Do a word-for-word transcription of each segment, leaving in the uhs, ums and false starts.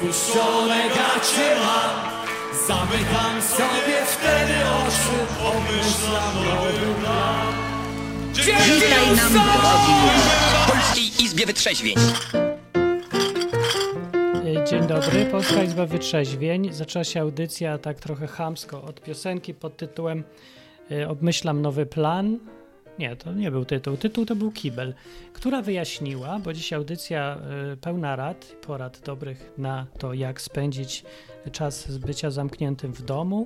Spuszczone gacie mam, zamykam sobie wtedy oczy, pomyślam nowy plan. Witaj nam, drogi w Polskiej Izbie Wytrzeźwień. Dzień dobry, Polska Izba Wytrzeźwień. Zaczęła się audycja tak trochę chamsko od piosenki pod tytułem Obmyślam nowy plan. Nie, to nie był tytuł. Tytuł to był Kibel, która wyjaśniła, bo dziś audycja pełna rad, porad dobrych na to, jak spędzić czas z bycia zamkniętym w domu.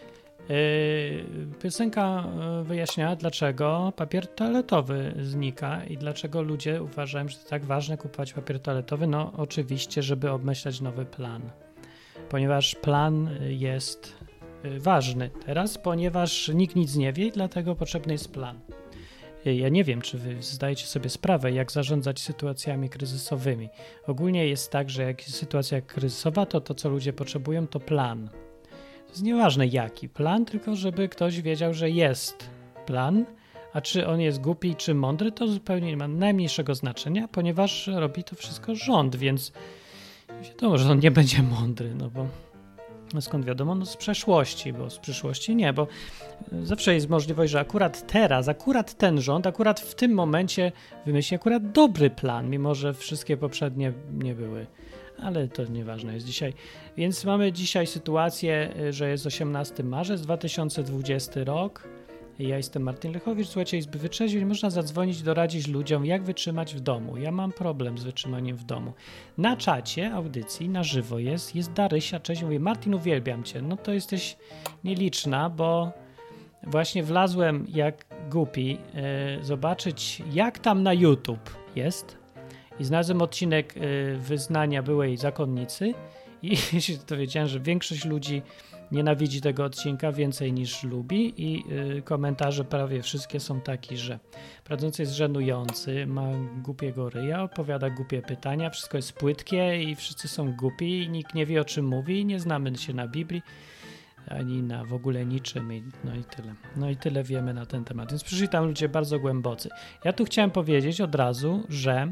Piosenka wyjaśniała, dlaczego papier toaletowy znika i dlaczego ludzie uważają, że to tak ważne kupować papier toaletowy. No oczywiście, żeby obmyślać nowy plan, ponieważ plan jest ważny teraz, ponieważ nikt nic nie wie i dlatego potrzebny jest plan. Ja nie wiem, czy wy zdajecie sobie sprawę, jak zarządzać sytuacjami kryzysowymi. Ogólnie jest tak, że jak jest sytuacja kryzysowa, to to, co ludzie potrzebują, to plan. To jest nieważne jaki plan, tylko żeby ktoś wiedział, że jest plan, a czy on jest głupi, czy mądry, to zupełnie nie ma najmniejszego znaczenia, ponieważ robi to wszystko rząd, więc wiadomo, że on nie będzie mądry, no bo no skąd wiadomo? No z przeszłości, bo z przyszłości nie, bo zawsze jest możliwość, że akurat teraz, akurat ten rząd, akurat w tym momencie wymyśli akurat dobry plan, mimo że wszystkie poprzednie nie były. Ale to nieważne jest dzisiaj. Więc mamy dzisiaj sytuację, że jest osiemnastego marca, dwa tysiące dwudziesty rok. Ja jestem Martin Lechowicz, słuchajcie Izby Wytrzeźwień. Można zadzwonić, doradzić ludziom, jak wytrzymać w domu. Ja mam problem z wytrzymaniem w domu. Na czacie audycji, na żywo jest, jest Darysia. Cześć, mówię, Martin, uwielbiam cię. No to jesteś nieliczna, bo właśnie wlazłem jak głupi yy, zobaczyć, jak tam na YouTube jest. I znalazłem odcinek yy, wyznania byłej zakonnicy i się dowiedziałem, że większość ludzi nienawidzi tego odcinka więcej niż lubi i y, komentarze prawie wszystkie są takie, że prowadzący jest żenujący, ma głupiego ryja, opowiada głupie pytania, wszystko jest płytkie i wszyscy są głupi i nikt nie wie, o czym mówi i nie znamy się na Biblii ani na w ogóle niczym i, no i tyle. No i tyle wiemy na ten temat, więc przyszli tam ludzie bardzo głębocy. Ja tu chciałem powiedzieć od razu, że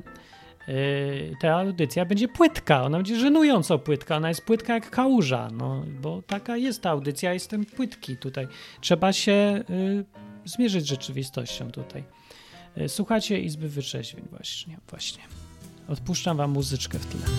Yy, ta audycja będzie płytka, ona będzie żenująco płytka, ona jest płytka jak kałuża, no bo taka jest ta audycja, jestem płytki tutaj. Trzeba się yy, zmierzyć z rzeczywistością tutaj. Yy, słuchacie Izby Wytrzeźwień właśnie, właśnie. Odpuszczam wam muzyczkę w tle.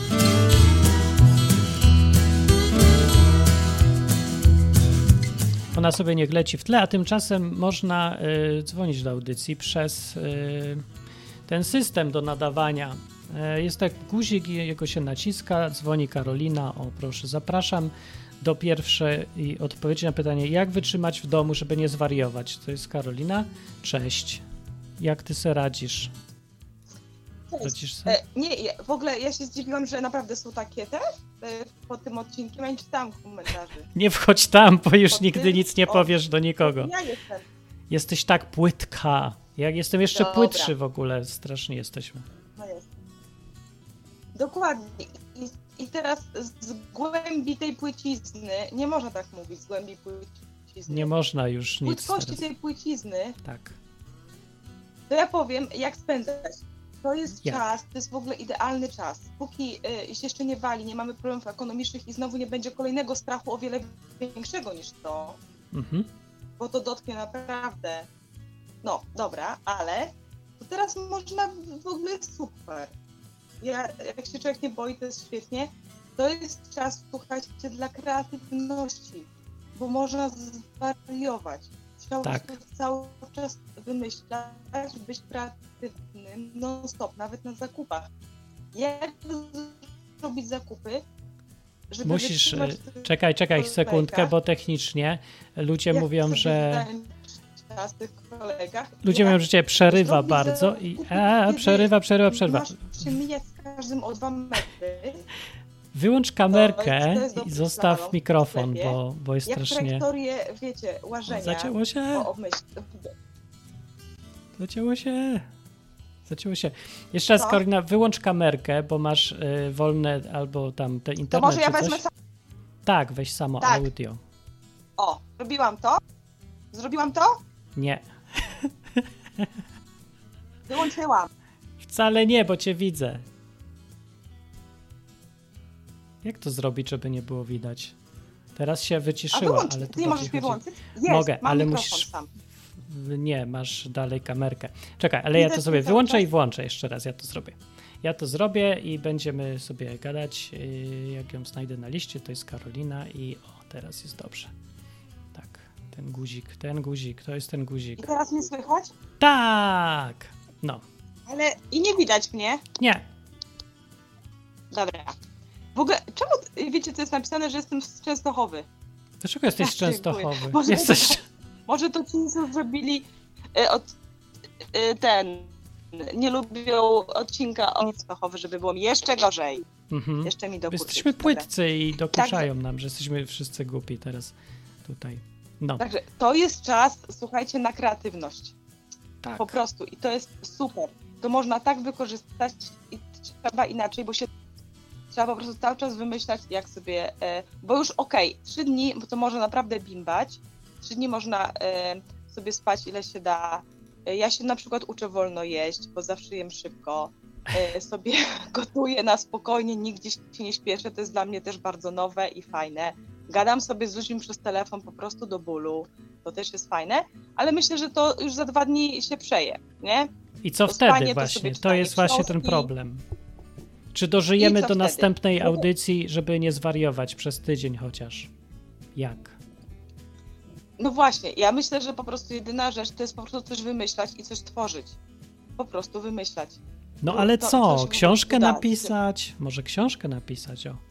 Ona sobie niech leci w tle, a tymczasem można yy, dzwonić do audycji przez yy, ten system do nadawania. Jest tak guzik, jego się naciska, dzwoni Karolina, o proszę, zapraszam do pierwszej odpowiedzi na pytanie, jak wytrzymać w domu, żeby nie zwariować. To jest Karolina. Cześć. Jak ty se radzisz? Radzisz se? E, nie, w ogóle ja się zdziwiłam, że naprawdę są takie te e, pod tym odcinkiem, ja nie czytałam komentarzy. Nie wchodź tam, bo już pod nigdy tym? nic nie o, powiesz do nikogo. Ja jestem. Jesteś tak płytka. Ja jestem jeszcze Dobra. płytszy w ogóle, strasznie jesteśmy. No jest. Dokładnie. I, I teraz z głębi tej płycizny, nie można tak mówić, z głębi płycizny. Nie można już nic. Płytkości teraz. tej płycizny, Tak. to ja powiem, jak spędzać. To jest Jak? czas, to jest w ogóle idealny czas. Póki y, się jeszcze nie wali, nie mamy problemów ekonomicznych i znowu nie będzie kolejnego strachu o wiele większego niż to, Mhm. bo to dotknie naprawdę. No, dobra, ale to teraz można w ogóle jest super. Ja, jak się człowiek nie boi, to jest świetnie. To jest czas, słuchajcie, dla kreatywności, bo można zwariować. Trzeba Tak. cały czas wymyślać, być kreatywnym non-stop, nawet na zakupach. Jak zrobić zakupy, żeby Musisz, wytrzymać czekaj, czekaj w sekundkę, kolejkach? bo technicznie ludzie Jak mówią, sobie że zdałem czas w tych kolegach. ludzie Jak mówią, że cię przerywa zrobić bardzo zakupy, i a, kiedy przerywa, przerywa, przerywa. Masz się mijać z każdym o dwa metry. Wyłącz kamerkę To jest i dobry zostaw slalom w mikrofon, sklepie. bo, bo jest Jak strasznie... trajektorię, wiecie, łażenia. Zacięło się, O, obmyśl. zacięło się, zacięło się. Jeszcze raz, Co? Karolina, wyłącz kamerkę, bo masz y, wolne albo tam te To internet może ja czy wezmę coś. sam... Tak, weź samo Tak. audio. O, zrobiłam to? Zrobiłam to? Nie, Wyłączyłam. wcale nie, bo cię widzę. Jak to zrobić, żeby nie było widać? Teraz się A wyciszyła, wyłącz, ale to ty nie możesz bardziej mnie chodzi- włączyć? Jest, Mogę, mam ale mikrofon musisz- sam. Nie, masz dalej kamerkę. Czekaj, ale ja Widać to sobie mnie cały wyłączę czas? i włączę jeszcze raz, ja to zrobię. Ja to zrobię i będziemy sobie gadać, yy, jak ją znajdę na liście, to jest Karolina i o, teraz jest dobrze. Tak, ten guzik, ten guzik, to jest ten I guzik. teraz mnie słychać? Tak! No, Ale i nie widać mnie. nie, Dobra. W ogóle, czemu, wiecie, co jest napisane, że jestem z Częstochowy? dlaczego jesteś z Tak, dziękuję. Częstochowy? Może- Jesteś... Może to ci, co zrobili e, od, e, ten, nie lubią odcinka o Częstochowy, żeby było mi jeszcze gorzej. Mhm. Jeszcze mi dokuczyć. Jesteśmy Dobra. płytcy i dokuczają nam, że jesteśmy wszyscy głupi teraz tutaj. No, Także to jest czas, słuchajcie, na kreatywność. tak. Po prostu. I to jest super. To można tak wykorzystać i trzeba inaczej, bo się trzeba po prostu cały czas wymyślać, jak sobie, e, bo już okej, trzy dni, bo to może naprawdę bimbać, trzy dni można e, sobie spać ile się da. E, ja się na przykład uczę wolno jeść, bo zawsze jem szybko. E, sobie gotuję na spokojnie, nigdzie się nie śpieszę, to jest dla mnie też bardzo nowe i fajne. Gadam sobie z ludźmi przez telefon po prostu do bólu, to też jest fajne, ale myślę, że to już za dwa dni się przeje, nie? I co to wtedy spanie, to właśnie? sobie To czytanie jest właśnie ten książki. problem. Czy dożyjemy I do co wtedy? następnej No to- audycji, żeby nie zwariować przez tydzień chociaż? Jak? No właśnie, ja myślę, że po prostu jedyna rzecz to jest po prostu coś wymyślać i coś tworzyć. Po prostu wymyślać. No No, ale to- to co? się po Książkę prostu da. napisać? Może książkę napisać, o.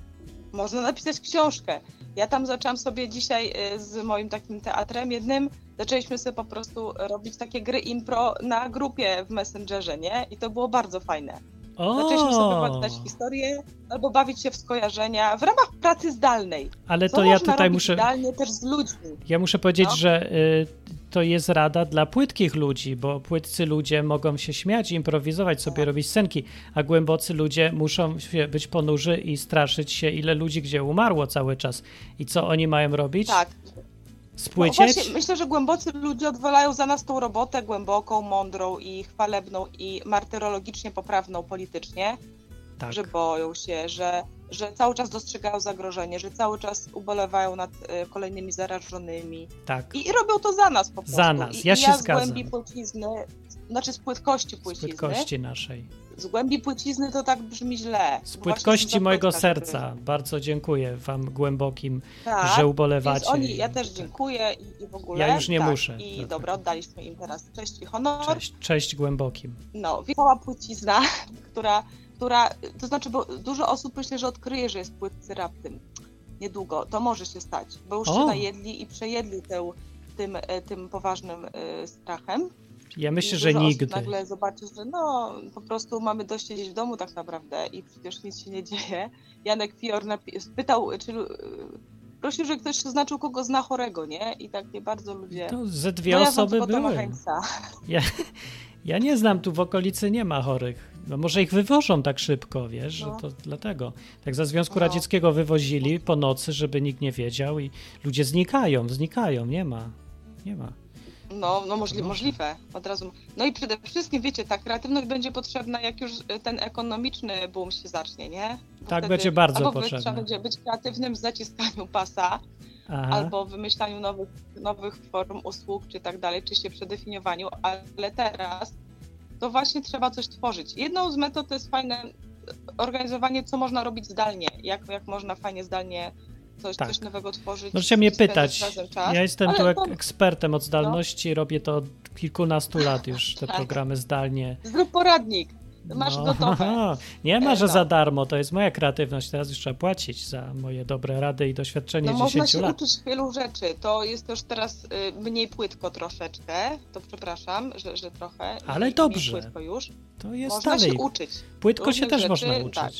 Można napisać książkę. Ja tam zaczęłam sobie dzisiaj y, z moim takim teatrem jednym, zaczęliśmy sobie po prostu robić takie gry impro na grupie w Messengerze, nie? I to było bardzo fajne. Zaczęliśmy sobie O, oglądać historię albo bawić się w skojarzenia w ramach pracy zdalnej. ale Co to ja można tutaj robić muszę, zdalnie też z ludźmi. ja muszę powiedzieć, No. że y, to jest rada dla płytkich ludzi, bo płytcy ludzie mogą się śmiać, improwizować sobie, Tak. robić scenki, a głębocy ludzie muszą się być ponurzy i straszyć się, ile ludzi gdzie umarło cały czas. I co oni mają robić? Tak. No Spłycieć? właśnie, myślę, że głębocy ludzie odwalają za nas tą robotę głęboką, mądrą i chwalebną i martyrologicznie poprawną politycznie, Tak. że boją się, że, że cały czas dostrzegają zagrożenie, że cały czas ubolewają nad e, kolejnymi zarażonymi Tak. i, i robią to za nas po prostu. Za nas, I, ja i się ja z zgadzam. głębi płcizny, znaczy z płytkości Z płcizny, płytkości naszej. z głębi płcizny to tak brzmi źle. Z bo płytkości właśnie jestem mojego za płytka, serca. Bardzo dziękuję wam głębokim, Tak, że ubolewacie. więc oni, ja i- też tak. dziękuję i, i w ogóle. Ja już nie tak, muszę. I Tak, dobra, tak. oddaliśmy im teraz cześć i honor. Cześć, cześć głębokim. No, cała płycizna, która, która, to znaczy, bo dużo osób myślę, że odkryje, że jest płytcy raptem. Niedługo, to może się stać, bo już O. się najedli i przejedli tę, tym, e, tym poważnym e, strachem. Ja myślę, I że dużo osób nigdy. nagle zobaczy, że no, po prostu mamy dość siedzieć w domu tak naprawdę i przecież nic się nie dzieje. Janek Fior napi- spytał, czy e, prosił, że ktoś zaznaczył, kogo zna chorego, nie? I tak nie bardzo ludzie... To ze dwie no ja znam osoby tylko Toma były. Heinza. Ja, ja nie znam, tu w okolicy nie ma chorych. No może ich wywożą tak szybko, wiesz, No. że to dlatego. Tak za Związku No. Radzieckiego wywozili po nocy, żeby nikt nie wiedział i ludzie znikają, znikają, nie ma, nie ma. No, no możli- Może. możliwe, od razu. No i przede wszystkim, wiecie, ta kreatywność będzie potrzebna, jak już ten ekonomiczny boom się zacznie, nie? Bo Tak, będzie bardzo albo potrzebna. trzeba będzie być kreatywnym w zaciskaniu pasa, Aha. albo w wymyślaniu nowych, nowych form usług, czy tak dalej, czy się przedefiniowaniu, ale teraz to właśnie trzeba coś tworzyć. Jedną z metod to jest fajne organizowanie, co można robić zdalnie, jak, jak można fajnie zdalnie coś, Tak. coś nowego tworzyć. Możecie mnie spędzać pytać. razem czas. Ja jestem Ale tu ek- to- ekspertem od zdalności, robię to od kilkunastu lat już, te Tak. programy zdalnie. Zrób poradnik, masz No, gotowe. nie ma, że No. za darmo, to jest moja kreatywność, teraz już trzeba płacić za moje dobre rady i doświadczenie No można dziesięciu się lat. uczyć wielu rzeczy. To jest też teraz y, mniej płytko troszeczkę. To przepraszam, że, że trochę. Ale mniej, dobrze. Mniej płytko już. To jest Można dalej. się uczyć. Płytko się różnych też rzeczy, można tak. uczyć.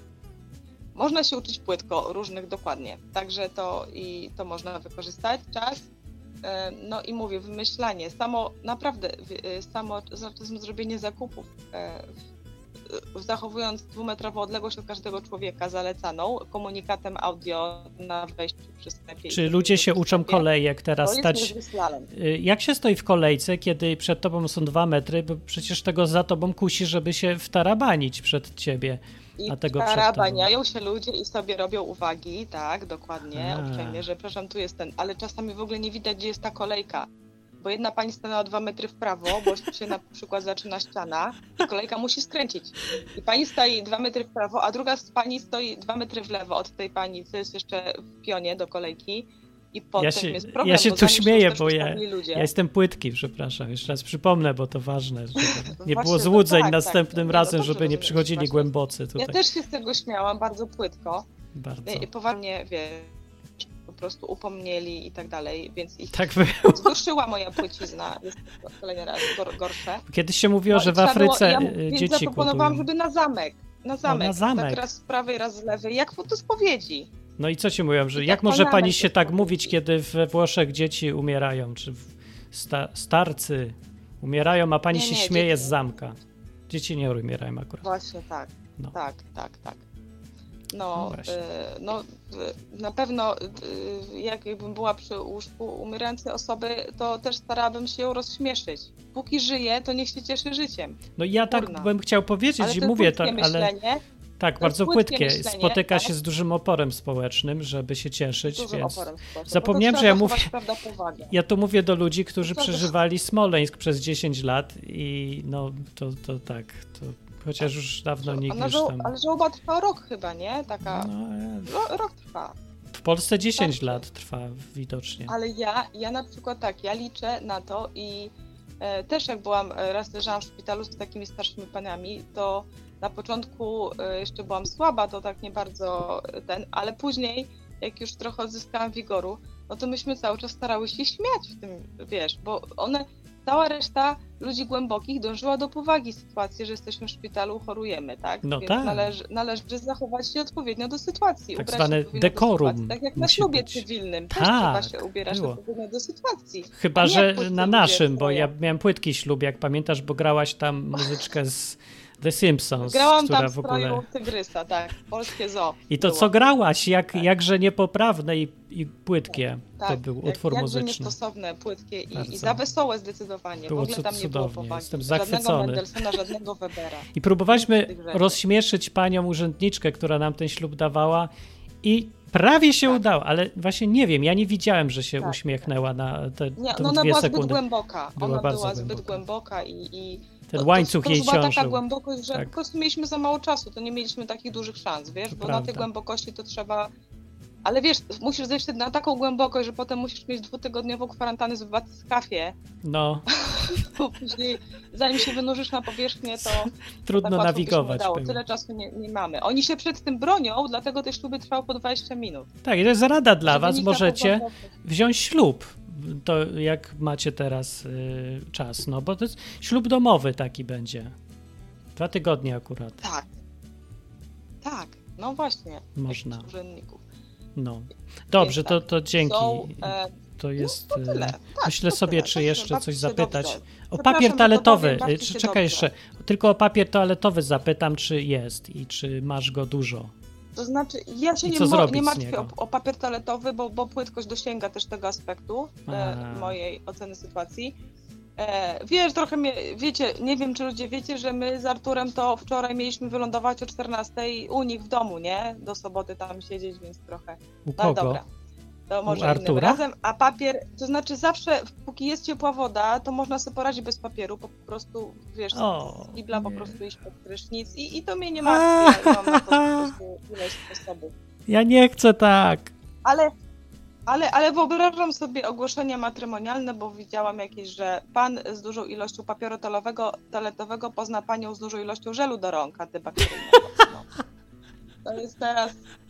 Można się uczyć płytko, różnych dokładnie. Także to i to można wykorzystać czas. E, No i mówię, wymyślanie, samo naprawdę, wy- e, samo zatem zrobienie zakupów e, zachowując dwumetrową odległość od każdego człowieka zalecaną, komunikatem audio na wejściu przystępie. Czy ludzie się uczą kolejek teraz to stać? Jest slalom. Jak się stoi w kolejce, kiedy przed tobą są dwa metry, bo przecież tego za tobą kusi, żeby się wtarabanić przed ciebie. I a tego przed tobą. tarabaniają się ludzie i sobie robią uwagi, tak, dokładnie, A. uprzejmie, że przepraszam, tu jest ten, ale czasami w ogóle nie widać, gdzie jest ta kolejka. Bo jedna pani stanęła dwa metry w prawo, bo się na przykład zaczyna ściana i kolejka musi skręcić. I pani stoi dwa metry w prawo, a druga z pani stoi dwa metry w lewo od tej pani, co jest jeszcze w pionie do kolejki. I potem Ja się, jest problem, ja się bo tu zanim są śmieję, też bo ja, ustawni ludzie. ja jestem płytki, przepraszam. Jeszcze raz przypomnę, bo to ważne, żeby nie Właśnie, było to złudzeń tak, następnym tak, razem, no dobrze żeby nie rozumiesz, przychodzili właśnie. głębocy tutaj. Ja też się z tego śmiałam, bardzo płytko. Bardzo. I poważnie, wiesz, po prostu upomnieli i tak dalej, więc ich Tak było. zgorszyła moja płcizna, jest to kolejny raz gor- gorsze. Kiedyś się mówiło, No i że w trzeba było- Afryce ja, y, więc dzieci zaproponowałam, kupują. żeby na zamek, na zamek, na zamek. tak raz z prawej, raz z lewej, jak do spowiedzi. No i co ci mówią, że I jak tak może pan pani Janek się to tak powiedział. mówić, kiedy we Włoszech dzieci umierają, czy w- sta- starcy umierają, a pani Nie, się nie, śmieje dzieci z nie. zamka. Dzieci nie umierają akurat. Właśnie tak, No. tak, tak, tak. No No, właśnie. y, no y, na pewno y, jakbym była przy łóżku umierającej osoby, to też starałabym się ją rozśmieszyć. Póki żyje, to niech się cieszy życiem. No ja tak Kurna. bym chciał powiedzieć Ale i to mówię to, płytkie ale myślenie, tak, to bardzo jest płytkie płytkie. myślenie, Spotyka tak. się z dużym oporem społecznym, żeby się cieszyć, z dużym więc oporem społecznym. zapomniałem, Bo to że ja trzeba mówię- zachować, prawda, powagę. ja tu mówię do ludzi, którzy To też- przeżywali Smoleńsk przez dziesięć lat i no to, to tak, to chociaż już dawno nikt Ona już żał, tam... ale żałoba trwa rok chyba, nie? Taka, No, e, ro, rok trwa. w Polsce dziesięć Starczy. lat trwa widocznie. Ale ja, ja na przykład tak, ja liczę na to i e, też jak byłam, e, raz leżałam w szpitalu z takimi starszymi panami, to na początku e, jeszcze byłam słaba, to tak nie bardzo e, ten, ale później, jak już trochę odzyskałam wigoru, no to myśmy cały czas starały się śmiać w tym, wiesz, bo one, cała reszta ludzi głębokich dążyła do powagi sytuacji, że jesteśmy w szpitalu, chorujemy, tak? No Więc tak. należy, należy zachować się odpowiednio do sytuacji. Tak ubrać zwane się odpowiednio do dekorum sytuacji, tak jak na musi ślubie być. cywilnym, Tak, też trzeba się ubierać było. odpowiednio do sytuacji. Chyba, A nie że jak płytkie na ludzie naszym, bo swoje. ja miałem płytki ślub, jak pamiętasz, bo grałaś tam muzyczkę z The Simpsons, Grałam która tam w w ogóle... stroju tygrysa, tak, polskie zoo. I to było. co grałaś, jak, Tak. jakże niepoprawne i, i płytkie Tak, to był jak, utwór jakże muzyczny. niestosowne, płytkie i, Bardzo. i za wesołe zdecydowanie. Było w ogóle tam nie było cudownie, powagi. jestem Żadnego zachwycony. Mendelssohna, żadnego Webera. I próbowaliśmy Tych rzeczy. rozśmieszyć panią urzędniczkę, która nam ten ślub dawała i prawie się Tak. udało, ale właśnie nie wiem, ja nie widziałem, że się Tak, uśmiechnęła na te, Nie, te no ona dwie była sekundy. zbyt głęboka. Była Ona bardzo była zbyt głęboka. głęboka i... i Ten to, łańcuch to, jej to była taka ciążył. głębokość, że Tak. po prostu mieliśmy za mało czasu, to nie mieliśmy takich dużych szans, wiesz, To bo prawda. na tej głębokości to trzeba... Ale wiesz, musisz zejść na taką głębokość, że potem musisz mieć dwutygodniową kwarantannę w batyskafie, No, bo później zanim się wynurzysz na powierzchnię, to trudno tak łatwo by się nie nawigować dało. było. Tyle czasu nie, nie mamy. Oni się przed tym bronią, dlatego te śluby trwały po dwadzieścia minut. Tak, i to jest rada dla Żeby was, nikt na możecie powagę- wziąć ślub, to jak macie teraz y, czas, no bo to jest ślub domowy taki będzie. Dwa tygodnie akurat, Tak. Tak, no właśnie. Można. Jakichś urzędników. no. Dobrze, Więc to, tak, to dzięki. Są, e, To jest, no to tyle. y, Tak, myślę to sobie, tyle. czy Dobrze, jeszcze bawcie coś się zapytać. dobrze. O Przepraszam, papier że to toaletowy, powiem, bawcie y, się czekaj dobrze. jeszcze, tylko o papier toaletowy zapytam, czy jest i czy masz go dużo. To znaczy, ja się I nie, co mo- zrobić nie z martwię niego? o, o papier toaletowy, bo, bo płytkość dosięga też tego aspektu e, A. mojej oceny sytuacji. E, wiesz, trochę mnie, wiecie, nie wiem, czy ludzie wiecie, że my z Arturem to wczoraj mieliśmy wylądować o czternastej u nich w domu, nie? Do soboty tam siedzieć, więc trochę. U No kogo? dobra. To może U Artura? innym razem, a papier, to znaczy zawsze, póki jest ciepła woda, to można sobie poradzić bez papieru, po prostu, wiesz, O, z kibla po nie. prostu iść pod prysznic i, i to mnie nie martwi, ja mam na to po prostu ileś sposobów. Ja nie chcę tak. Ale, ale, ale wyobrażam sobie ogłoszenia matrymonialne, bo widziałam jakieś, że pan z dużą ilością papieru toaletowego, toaletowego pozna panią z dużą ilością żelu do rąk antybakteryjnego. No. To jest teraz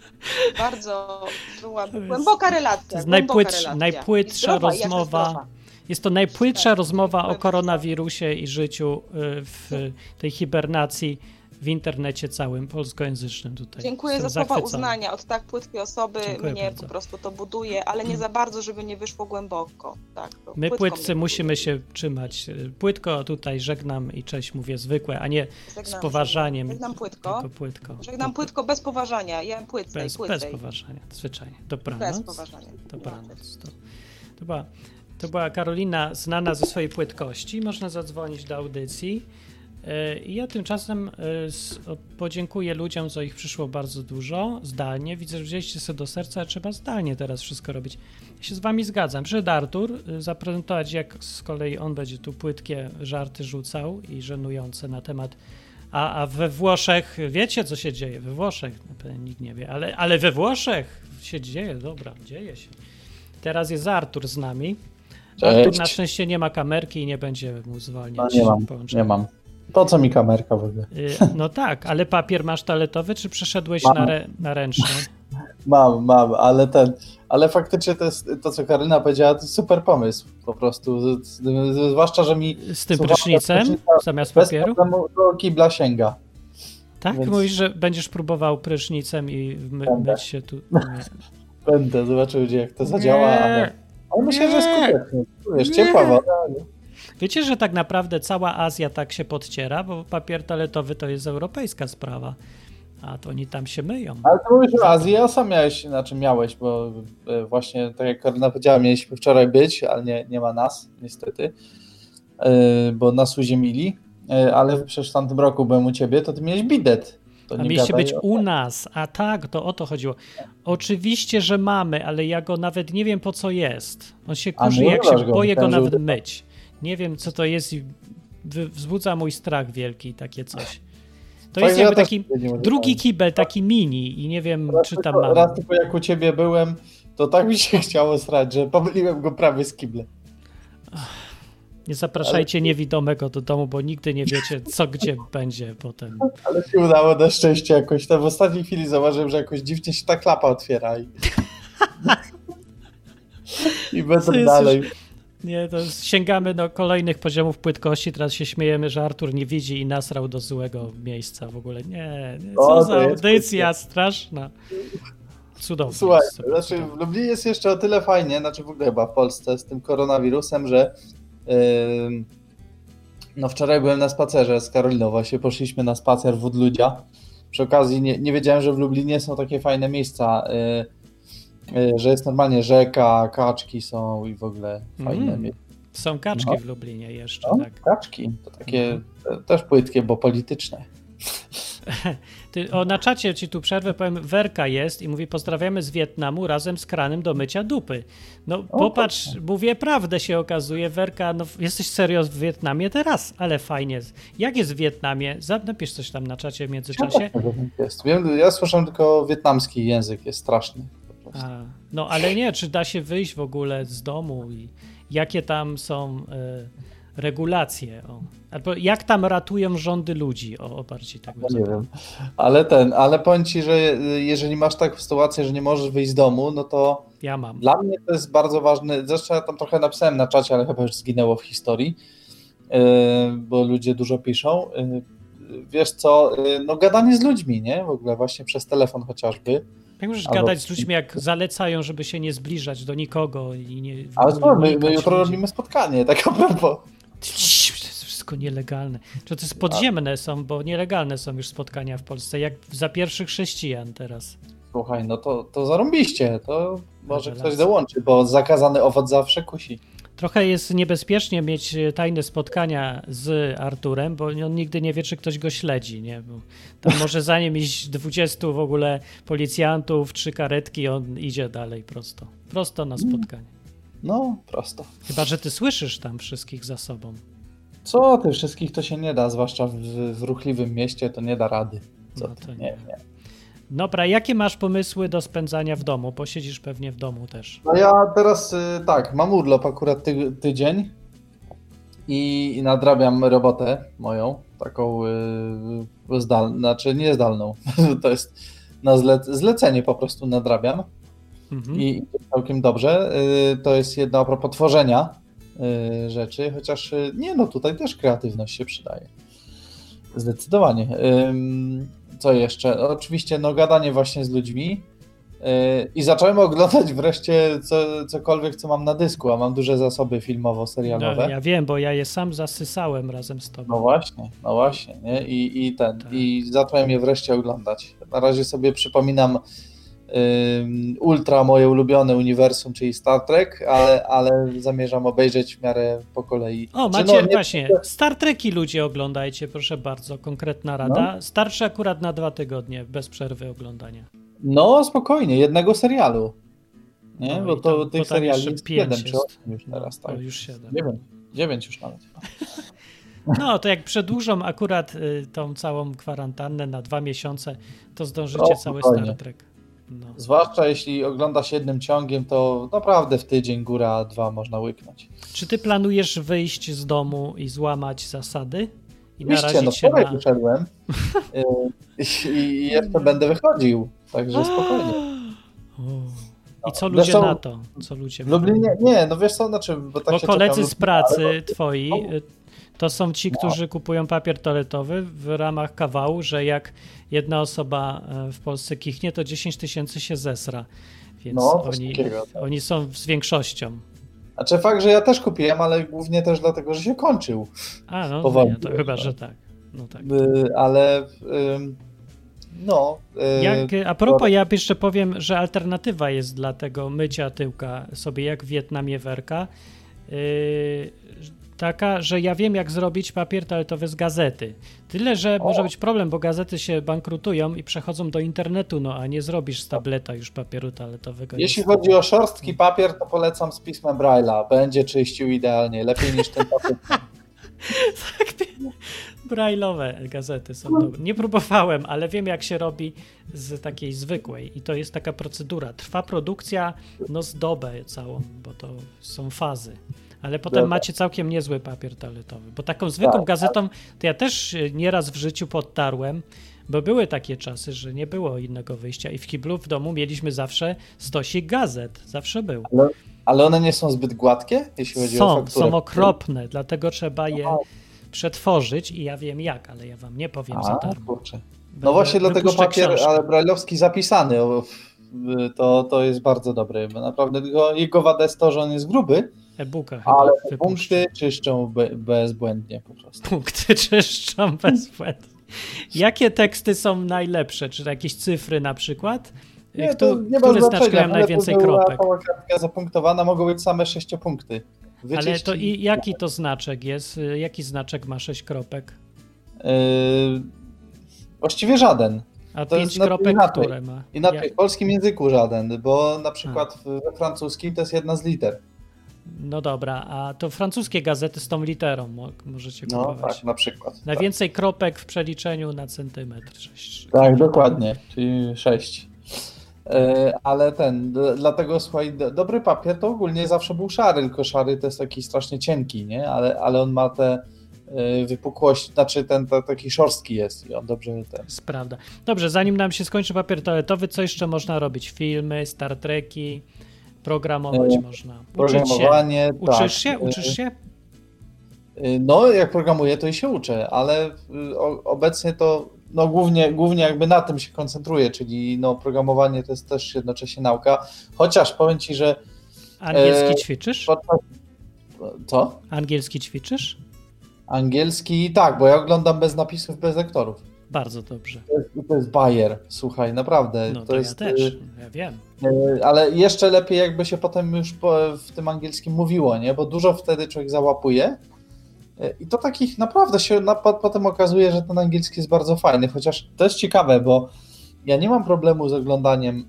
bardzo była To jest- głęboka relacja. To jest głęboka najpłytsz, relacja. najpłytsza I zdrowa, i jaka rozmowa. zdrowa. Jest to najpłytsza Tak, rozmowa o dziękuję koronawirusie i życiu y, w tej hibernacji w internecie całym polskojęzycznym tutaj. Dziękuję Jestem za słowa zachwycony. uznania od tak płytkiej osoby. Dziękuję Mnie bardzo. po prostu to buduje, ale nie za bardzo, żeby nie wyszło głęboko. Tak, to My płytko płytcy mnie musimy buduje. się trzymać. Płytko tutaj żegnam i cześć mówię zwykłe, a nie Żegnam, z poważaniem. Żegnam płytko. Tylko płytko. Żegnam płytko bez poważania. Ja płycej, Bez, bez płycej. poważania, zwyczajnie. Dobranoc. Bez poważania. Dobranoc. To, to, była, to była Karolina znana ze swojej płytkości. Można zadzwonić do audycji. Yy, I ja tymczasem yy, s- o- podziękuję ludziom, co ich przyszło bardzo dużo, zdalnie. Widzę, że wzięliście sobie do serca, a trzeba zdalnie teraz wszystko robić. Ja się z wami zgadzam. Przyszedł Artur yy, zaprezentować, jak z kolei on będzie tu płytkie żarty rzucał i żenujące na temat. A, a we Włoszech, wiecie co się dzieje? We Włoszech, na pewno nikt nie wie, ale, ale we Włoszech się dzieje, dobra, dzieje się. Teraz jest Artur z nami. Cześć. Artur na szczęście nie ma kamerki i nie będzie mu No, zwalniać nie mam, połączenia. nie mam. Po co mi kamerka w ogóle? Y, No tak, ale papier masz toaletowy, czy przeszedłeś Mam. na, re, na ręczny? Mam, mam, ale ten, ale faktycznie to jest, to co Karyna powiedziała, to jest super pomysł po prostu, Z- z- zwłaszcza, że mi Z tym Słucham, prysznicem prysznica zamiast bez papieru? problemu do kibla sięga. Tak? więc- Mówisz, że będziesz próbował prysznicem i my, Będę. myć się tu... Nie. Będę zobaczył, gdzie jak to zadziała, ale, ale myślę, że skutecznie. Wiesz, ciepła woda. nie? Wiecie, że tak naprawdę cała Azja tak się podciera, bo papier toaletowy to jest europejska sprawa, a to oni tam się myją. Ale ty mówisz o Azji, a sam miałeś, znaczy miałeś, bo e, właśnie tak jak Karyna powiedziała, mieliśmy wczoraj być, ale nie, nie ma nas, niestety, e, bo nas uziemili, e, ale przecież w tamtym roku byłem u ciebie, to ty miałeś bidet. To A nie mieliście gadaj być o- u nas, a tak, to o to chodziło. Oczywiście, że mamy, ale ja go nawet nie wiem po co jest. On się A, kurzy, nie jak używasz się go, boję go myślałem, że nawet myć. Nie wiem co to jest i wy- wzbudza mój strach wielki, takie coś. To Tak, jest ja jakby też taki nie używałem. drugi kibel, taki mini i nie wiem Raz czy tam tylko, mamy. raz tylko jak u ciebie byłem, to tak mi się chciało srać, że pomyliłem go prawie z kiblem. Nie zapraszajcie niewidomego do domu, bo nigdy nie wiecie co gdzie będzie potem. Ale się udało na szczęście jakoś. Tam w ostatniej chwili zauważyłem, że jakoś dziwnie się ta klapa otwiera i, i Co będę jest dalej. już- Nie, to jest- sięgamy do kolejnych poziomów płytkości. Teraz się śmiejemy, że Artur nie widzi i nasrał do złego miejsca w ogóle. Nie, nie. Co O, to za jest audycja straszna. Cudownie. Słuchaj, Super, znaczy cudownie. w Lublinie jest jeszcze o tyle fajnie, znaczy w ogóle chyba w Polsce z tym koronawirusem, że yy, no wczoraj byłem na spacerze z Karoliną, właśnie poszliśmy na spacer w Odludzia. Przy okazji nie, nie wiedziałem, że w Lublinie są takie fajne miejsca, yy, yy, że jest normalnie rzeka, kaczki są i w ogóle fajne Mm. miejsca. Są kaczki No. w Lublinie jeszcze, No, tak. kaczki, to takie e, też płytkie, bo polityczne. Ty, o, na czacie ci tu przerwę, powiem, Werka jest i mówi pozdrawiamy z Wietnamu razem z kranem do mycia dupy. No popatrz, mówię prawdę się okazuje, Werka, no jesteś serio w Wietnamie teraz, ale fajnie. Jak jest w Wietnamie? Zap- Napisz coś tam na czacie w międzyczasie. Jest. Wiem, ja słyszałem tylko wietnamski język, jest straszny. po prostu. A, no ale nie, czy da się wyjść w ogóle z domu i jakie tam są e, regulacje? O. Albo jak tam ratują rządy ludzi? O, o bardziej tak bym No nie zapytał. wiem. Ale ten, ale powiem ci, że jeżeli masz taką sytuację, że nie możesz wyjść z domu, no to Ja mam. dla mnie to jest bardzo ważne. Zresztą ja tam trochę napisałem na czacie, ale chyba już zginęło w historii, yy, bo ludzie dużo piszą. Yy, Wiesz co, yy, no gadanie z ludźmi, nie? W ogóle właśnie przez telefon chociażby. Jak możesz Albo- gadać z ludźmi, jak zalecają, żeby się nie zbliżać do nikogo i nie. w Ale ogóle słuchaj, my, unikać my jutro ludzi. robimy spotkanie, tak a propos. Cii, To jest wszystko nielegalne. Czy to jest podziemne są, bo nielegalne są już spotkania w Polsce, jak za pierwszych chrześcijan teraz. Słuchaj, no to, to zarąbiście, to może Rewelacja. ktoś dołączy, bo zakazany owoc zawsze kusi. Trochę jest niebezpiecznie mieć e, tajne spotkania z Arturem, bo on nigdy nie wie, czy ktoś go śledzi, nie? Bo tam może za nim iść dwudziestu w ogóle policjantów, trzy karetki, on idzie dalej prosto. Prosto na spotkanie. No, prosto. Chyba że ty słyszysz tam wszystkich za sobą. Co ty, wszystkich to się nie da, zwłaszcza w, w ruchliwym mieście to nie da rady. Co No ty? to Nie, nie. nie. Dobra, jakie masz pomysły do spędzania w domu? Posiedzisz pewnie w domu też. No ja teraz y, tak, mam urlop akurat ty, tydzień i, i nadrabiam robotę moją, taką y, zdalną, znaczy nie zdalną, to jest na zle, zlecenie po prostu nadrabiam. Mhm. I i całkiem dobrze. Y, To jest jedno a propos tworzenia y, rzeczy, chociaż y, nie, no tutaj też kreatywność się przydaje. Zdecydowanie. Ym, co jeszcze? Oczywiście no gadanie właśnie z ludźmi. I zacząłem oglądać wreszcie co, cokolwiek, co mam na dysku, a mam duże zasoby filmowo-serialowe. No, ja wiem, bo ja je sam zasysałem razem z tobą. No właśnie, no właśnie, nie? I, i ten, Tak. i zacząłem je wreszcie oglądać. Na razie sobie przypominam ym, ultra moje ulubione uniwersum, czyli Star Trek, ale, ale zamierzam obejrzeć w miarę po kolei. O, Czy macie no, nie- właśnie, Star Treki ludzie oglądajcie, proszę bardzo, konkretna rada. Starczy akurat na dwa tygodnie, bez przerwy oglądania. No spokojnie, jednego serialu. Nie, No bo i to tam- tych bo tam seriali jeszcze jest pięć jeden jest. czy osiem już No, teraz, tak. to już siedem. Dziewięć, dziewięć już nawet. No, to jak przedłużą akurat y, tą całą kwarantannę na dwa miesiące, to zdążycie O, cały spokojnie. Star Trek. No. Zwłaszcza jeśli ogląda się jednym ciągiem, to naprawdę w tydzień góra dwa można łyknąć. Czy ty planujesz wyjść z domu i złamać zasady? I Oczywiście, no narazić się wczoraj na... wyszedłem y, i jeszcze będę wychodził, także spokojnie. O. I co ludzie Zresztą na to? Co ludzie W Lublinie, nie, no wiesz co, znaczy... Bo, tak Bo się koledzy czekam, z pracy ale- twoi y, to są ci, którzy kupują papier toaletowy w ramach kawału, że jak jedna osoba e, w Polsce kichnie, to dziesięć tysięcy się zesra. Więc No, coś oni, takiego, tak. oni są z większością. Znaczy fakt, że ja też kupiłem, ale głównie też dlatego, że się kończył. A, no Powoli, nie, to wiesz, chyba, no. że tak. No tak. Y, ale ym, no... y, Jak, a propos, ja jeszcze powiem, że alternatywa jest dla tego mycia tyłka sobie jak w Wietnamie werka. Yy, taka, że ja wiem, jak zrobić papier toaletowy z gazety. Tyle, że O. może być problem, bo gazety się bankrutują i przechodzą do internetu, no a nie zrobisz z tableta już papieru toaletowego. Jeśli niestety. chodzi o szorstki papier, to polecam z pismem Braille'a. Będzie czyścił idealnie, lepiej niż ten papier. Brajlowe gazety są dobre. Nie próbowałem, ale wiem, jak się robi z takiej zwykłej i to jest taka procedura. Trwa produkcja no z dobę całą, bo to są fazy. Ale potem Dobra. macie całkiem niezły papier toaletowy, bo taką zwykłą Tak, gazetą to ja też nieraz w życiu podtarłem, bo były takie czasy, że nie było innego wyjścia i w kiblu w domu mieliśmy zawsze stosik gazet. Zawsze był. Ale, ale one nie są zbyt gładkie, jeśli chodzi o Są, fakturę? są okropne, dlatego trzeba je przetworzyć i ja wiem jak, ale ja wam nie powiem za A, darmo. kurczę. Będę- No właśnie dlatego wypuszczę papier, książkę. ale brajlowski zapisany, o, to, to jest bardzo dobry. Bo naprawdę tylko jego wada jest to, że on jest gruby, E-booka chyba ale wypuszczę. punkty czyszczą be, bezbłędnie po prostu. Punkty czyszczą bezbłędnie. Jakie teksty są najlepsze? Czy jakieś cyfry na przykład? Nie, Kto, to nie ma które znaczenia, znaczki mają ale najwięcej to była kropek? cała kartka zapunktowana, mogą być same sześciopunkty. Ale to Wyczyścić- i jaki to znaczek jest? Jaki znaczek ma sześć kropek? Yy, właściwie żaden. A To jest pięć na- kropek, inaczej. które ma? Inaczej, Ja, w polskim języku żaden, bo na przykład we francuskim to jest jedna z liter. no dobra, a to francuskie gazety z tą literą mo- możecie No kupować. tak, na przykład. Najwięcej kropek w przeliczeniu na centymetr. Sześć. Tak, tak dokładnie, czyli sześć. E, Ale ten, d- dlatego słuchaj, d- dobry papier to ogólnie zawsze był szary, tylko szary to jest taki strasznie cienki, nie? Ale, ale on ma te e, wypukłości, znaczy ten ta, taki szorstki jest i on dobrze ten. Jest prawda. Dobrze, zanim nam się skończy papier toaletowy, co jeszcze można robić? Filmy, Star Treki, programować E, można. Uczyć się. Programowanie, Uczysz tak. się? Uczysz się? E, No, jak programuję, to i się uczę, ale y, o, obecnie to no, głównie, głównie jakby na tym się koncentruję, czyli no, programowanie to jest też jednocześnie nauka, chociaż powiem Ci, że Angielski e, ćwiczysz? podczas... Co? Angielski ćwiczysz? Angielski, tak, bo ja oglądam bez napisów, bez lektorów. Bardzo dobrze. To jest, to jest bajer, słuchaj, naprawdę. No to, to ja jest, też, y, ja wiem. y, ale jeszcze lepiej jakby się potem już po, w tym angielskim mówiło, nie? Bo dużo wtedy człowiek załapuje y, i to takich naprawdę się na, po, potem okazuje, że ten angielski jest bardzo fajny, chociaż to jest ciekawe, bo ja nie mam problemu z oglądaniem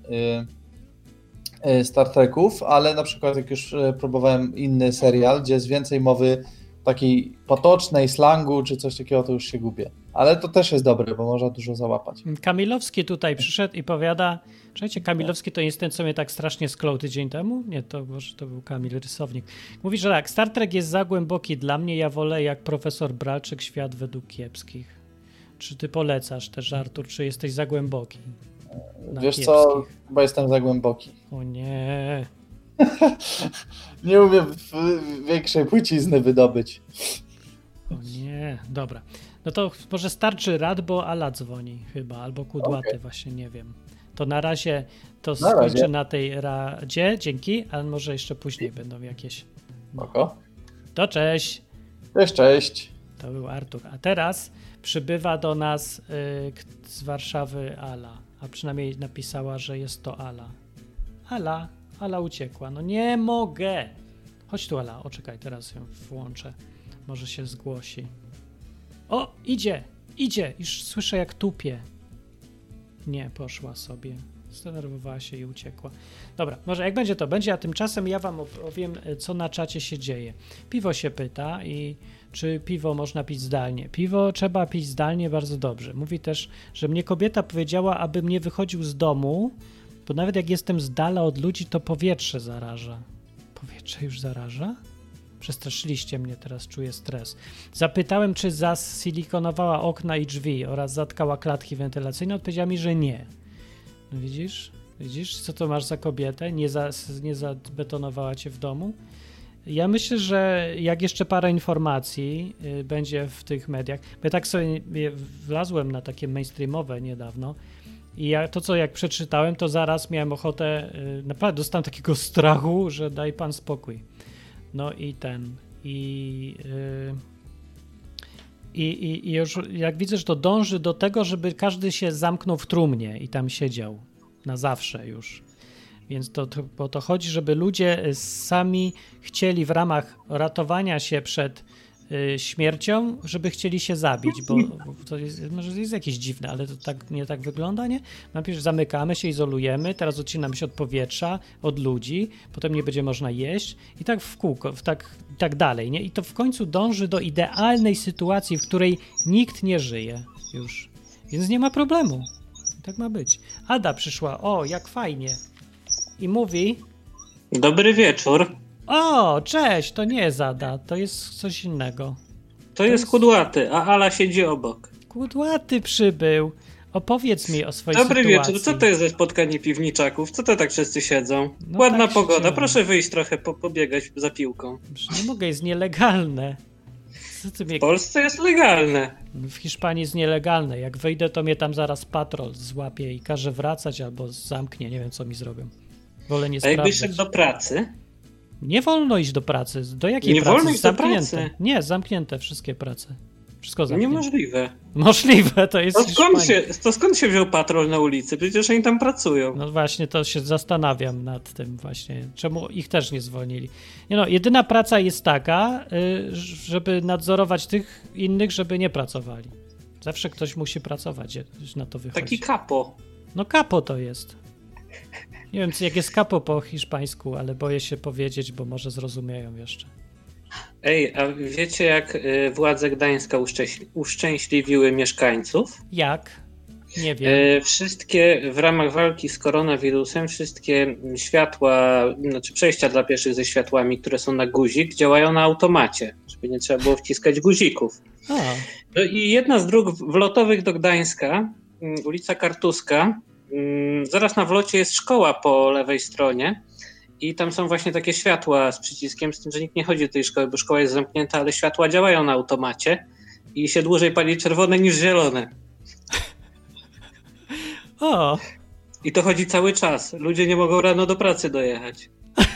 y, y, Star Treków, ale na przykład jak już y, próbowałem inny serial, gdzie jest więcej mowy takiej potocznej, slangu czy coś takiego, to już się gubię. Ale to też jest dobre, bo można dużo załapać. Kamilowski tutaj przyszedł i powiada, słuchajcie, Kamilowski to jest ten, co mnie tak strasznie sklął tydzień temu? Nie, to może to był Kamil, rysownik. Mówi, że tak, Star Trek jest za głęboki dla mnie, ja wolę jak profesor Bralczyk Świat według kiepskich. Czy ty polecasz też, Artur, czy jesteś za głęboki? Na Wiesz kiepskich? co, chyba jestem za głęboki. O nie. Nie umiem w- większej płcizny wydobyć. O nie, dobra. No to może starczy rad, bo Ala dzwoni chyba, albo Kudłaty, Okay. właśnie nie wiem. To na razie to Na skończę razie. na tej radzie, dzięki, ale może jeszcze później będą jakieś. Oko. To cześć, Cześć, cześć. to był Artur. A teraz przybywa do nas y, k- z Warszawy Ala, a przynajmniej napisała, że jest to Ala. Ala, Ala uciekła, no nie mogę. Chodź tu Ala, o czekaj, teraz ją włączę, może się zgłosi. O, idzie, idzie, już słyszę jak tupie. Nie, poszła sobie. Zdenerwowała się i uciekła. Dobra, może jak będzie to będzie, a tymczasem ja wam opowiem, co na czacie się dzieje. Piwo się pyta i czy piwo można pić zdalnie. Piwo trzeba pić zdalnie bardzo dobrze. Mówi też, że mnie kobieta powiedziała, abym nie wychodził z domu, bo nawet jak jestem z dala od ludzi, to powietrze zaraża. Powietrze już zaraża? Przestraszyliście mnie, teraz czuję stres. Zapytałem, czy zasilikonowała okna i drzwi oraz zatkała klatki wentylacyjne. Odpowiedziała mi, że nie. No widzisz? Widzisz, co to masz za kobietę? Nie, za, nie zabetonowała cię w domu? Ja myślę, że jak jeszcze parę informacji y, będzie w tych mediach, bo ja tak sobie wlazłem na takie mainstreamowe niedawno i ja, to, co jak przeczytałem, to zaraz miałem ochotę, y, naprawdę dostałem takiego strachu, że daj pan spokój. No i ten, i, yy, i, i już jak widzę, że to dąży do tego, żeby każdy się zamknął w trumnie i tam siedział na zawsze już. Więc to, to, bo to chodzi, żeby ludzie sami chcieli w ramach ratowania się przed y, śmiercią, żeby chcieli się zabić, bo to jest, może jest jakieś dziwne, ale to tak nie tak wygląda, nie? Najpierw zamykamy się, izolujemy, teraz odcinamy się od powietrza, od ludzi, potem nie będzie można jeść i tak w kółko, w tak, tak dalej, nie? I to w końcu dąży do idealnej sytuacji, w której nikt nie żyje już, więc nie ma problemu. I tak ma być. Ada przyszła, o, jak fajnie. I mówi... Dobry wieczór. O, cześć, to nie jest Ada, to jest coś innego. To, to jest, jest Kudłaty, a Ala siedzi obok. Kudłaty przybył. Opowiedz mi o swojej Dobry sytuacji. Dobry wieczór, co to jest za spotkanie piwniczaków? Co to tak wszyscy siedzą? No Ładna tak pogoda, siedziałem. proszę wyjść trochę, po, pobiegać za piłką. Nie mogę, jest nielegalne. Co ty mnie... W Polsce jest legalne. W Hiszpanii jest nielegalne. Jak wyjdę, to mnie tam zaraz patrol złapie i każe wracać albo zamknie. Nie wiem, co mi zrobią. Wolę nie A sprawdzać. jakbyś szedł do pracy? Nie wolno iść do pracy. Do jakiej Nie pracy? wolno iść do Zamknięte. pracy? Nie, zamknięte wszystkie prace. Wszystko zamknięte. Niemożliwe. Możliwe, to jest To skąd, Hiszpania. się, to skąd się wziął patrol na ulicy? Przecież oni tam pracują. No właśnie, to się zastanawiam nad tym właśnie, czemu ich też nie zwolnili. Nie no, jedyna praca jest taka, y, żeby nadzorować tych innych, żeby nie pracowali. Zawsze ktoś musi pracować, jak na to wychodzi. Taki kapo. No kapo to jest. Nie wiem, jak jest kapo po hiszpańsku, ale boję się powiedzieć, bo może zrozumieją jeszcze. Ej, a wiecie jak y, władze Gdańska uszczęśli- uszczęśliwiły mieszkańców? Jak? Nie wiem. Y, wszystkie w ramach walki z koronawirusem, wszystkie światła, znaczy przejścia dla pieszych ze światłami, które są na guzik, działają na automacie, żeby nie trzeba było wciskać guzików. A, No i jedna z dróg wlotowych do Gdańska, y, ulica Kartuska, y, zaraz na wlocie jest szkoła po lewej stronie. I tam są właśnie takie światła z przyciskiem, z tym, że nikt nie chodzi do tej szkoły, bo szkoła jest zamknięta, ale światła działają na automacie i się dłużej pali czerwone niż zielone. o, I to chodzi cały czas. Ludzie nie mogą rano do pracy dojechać.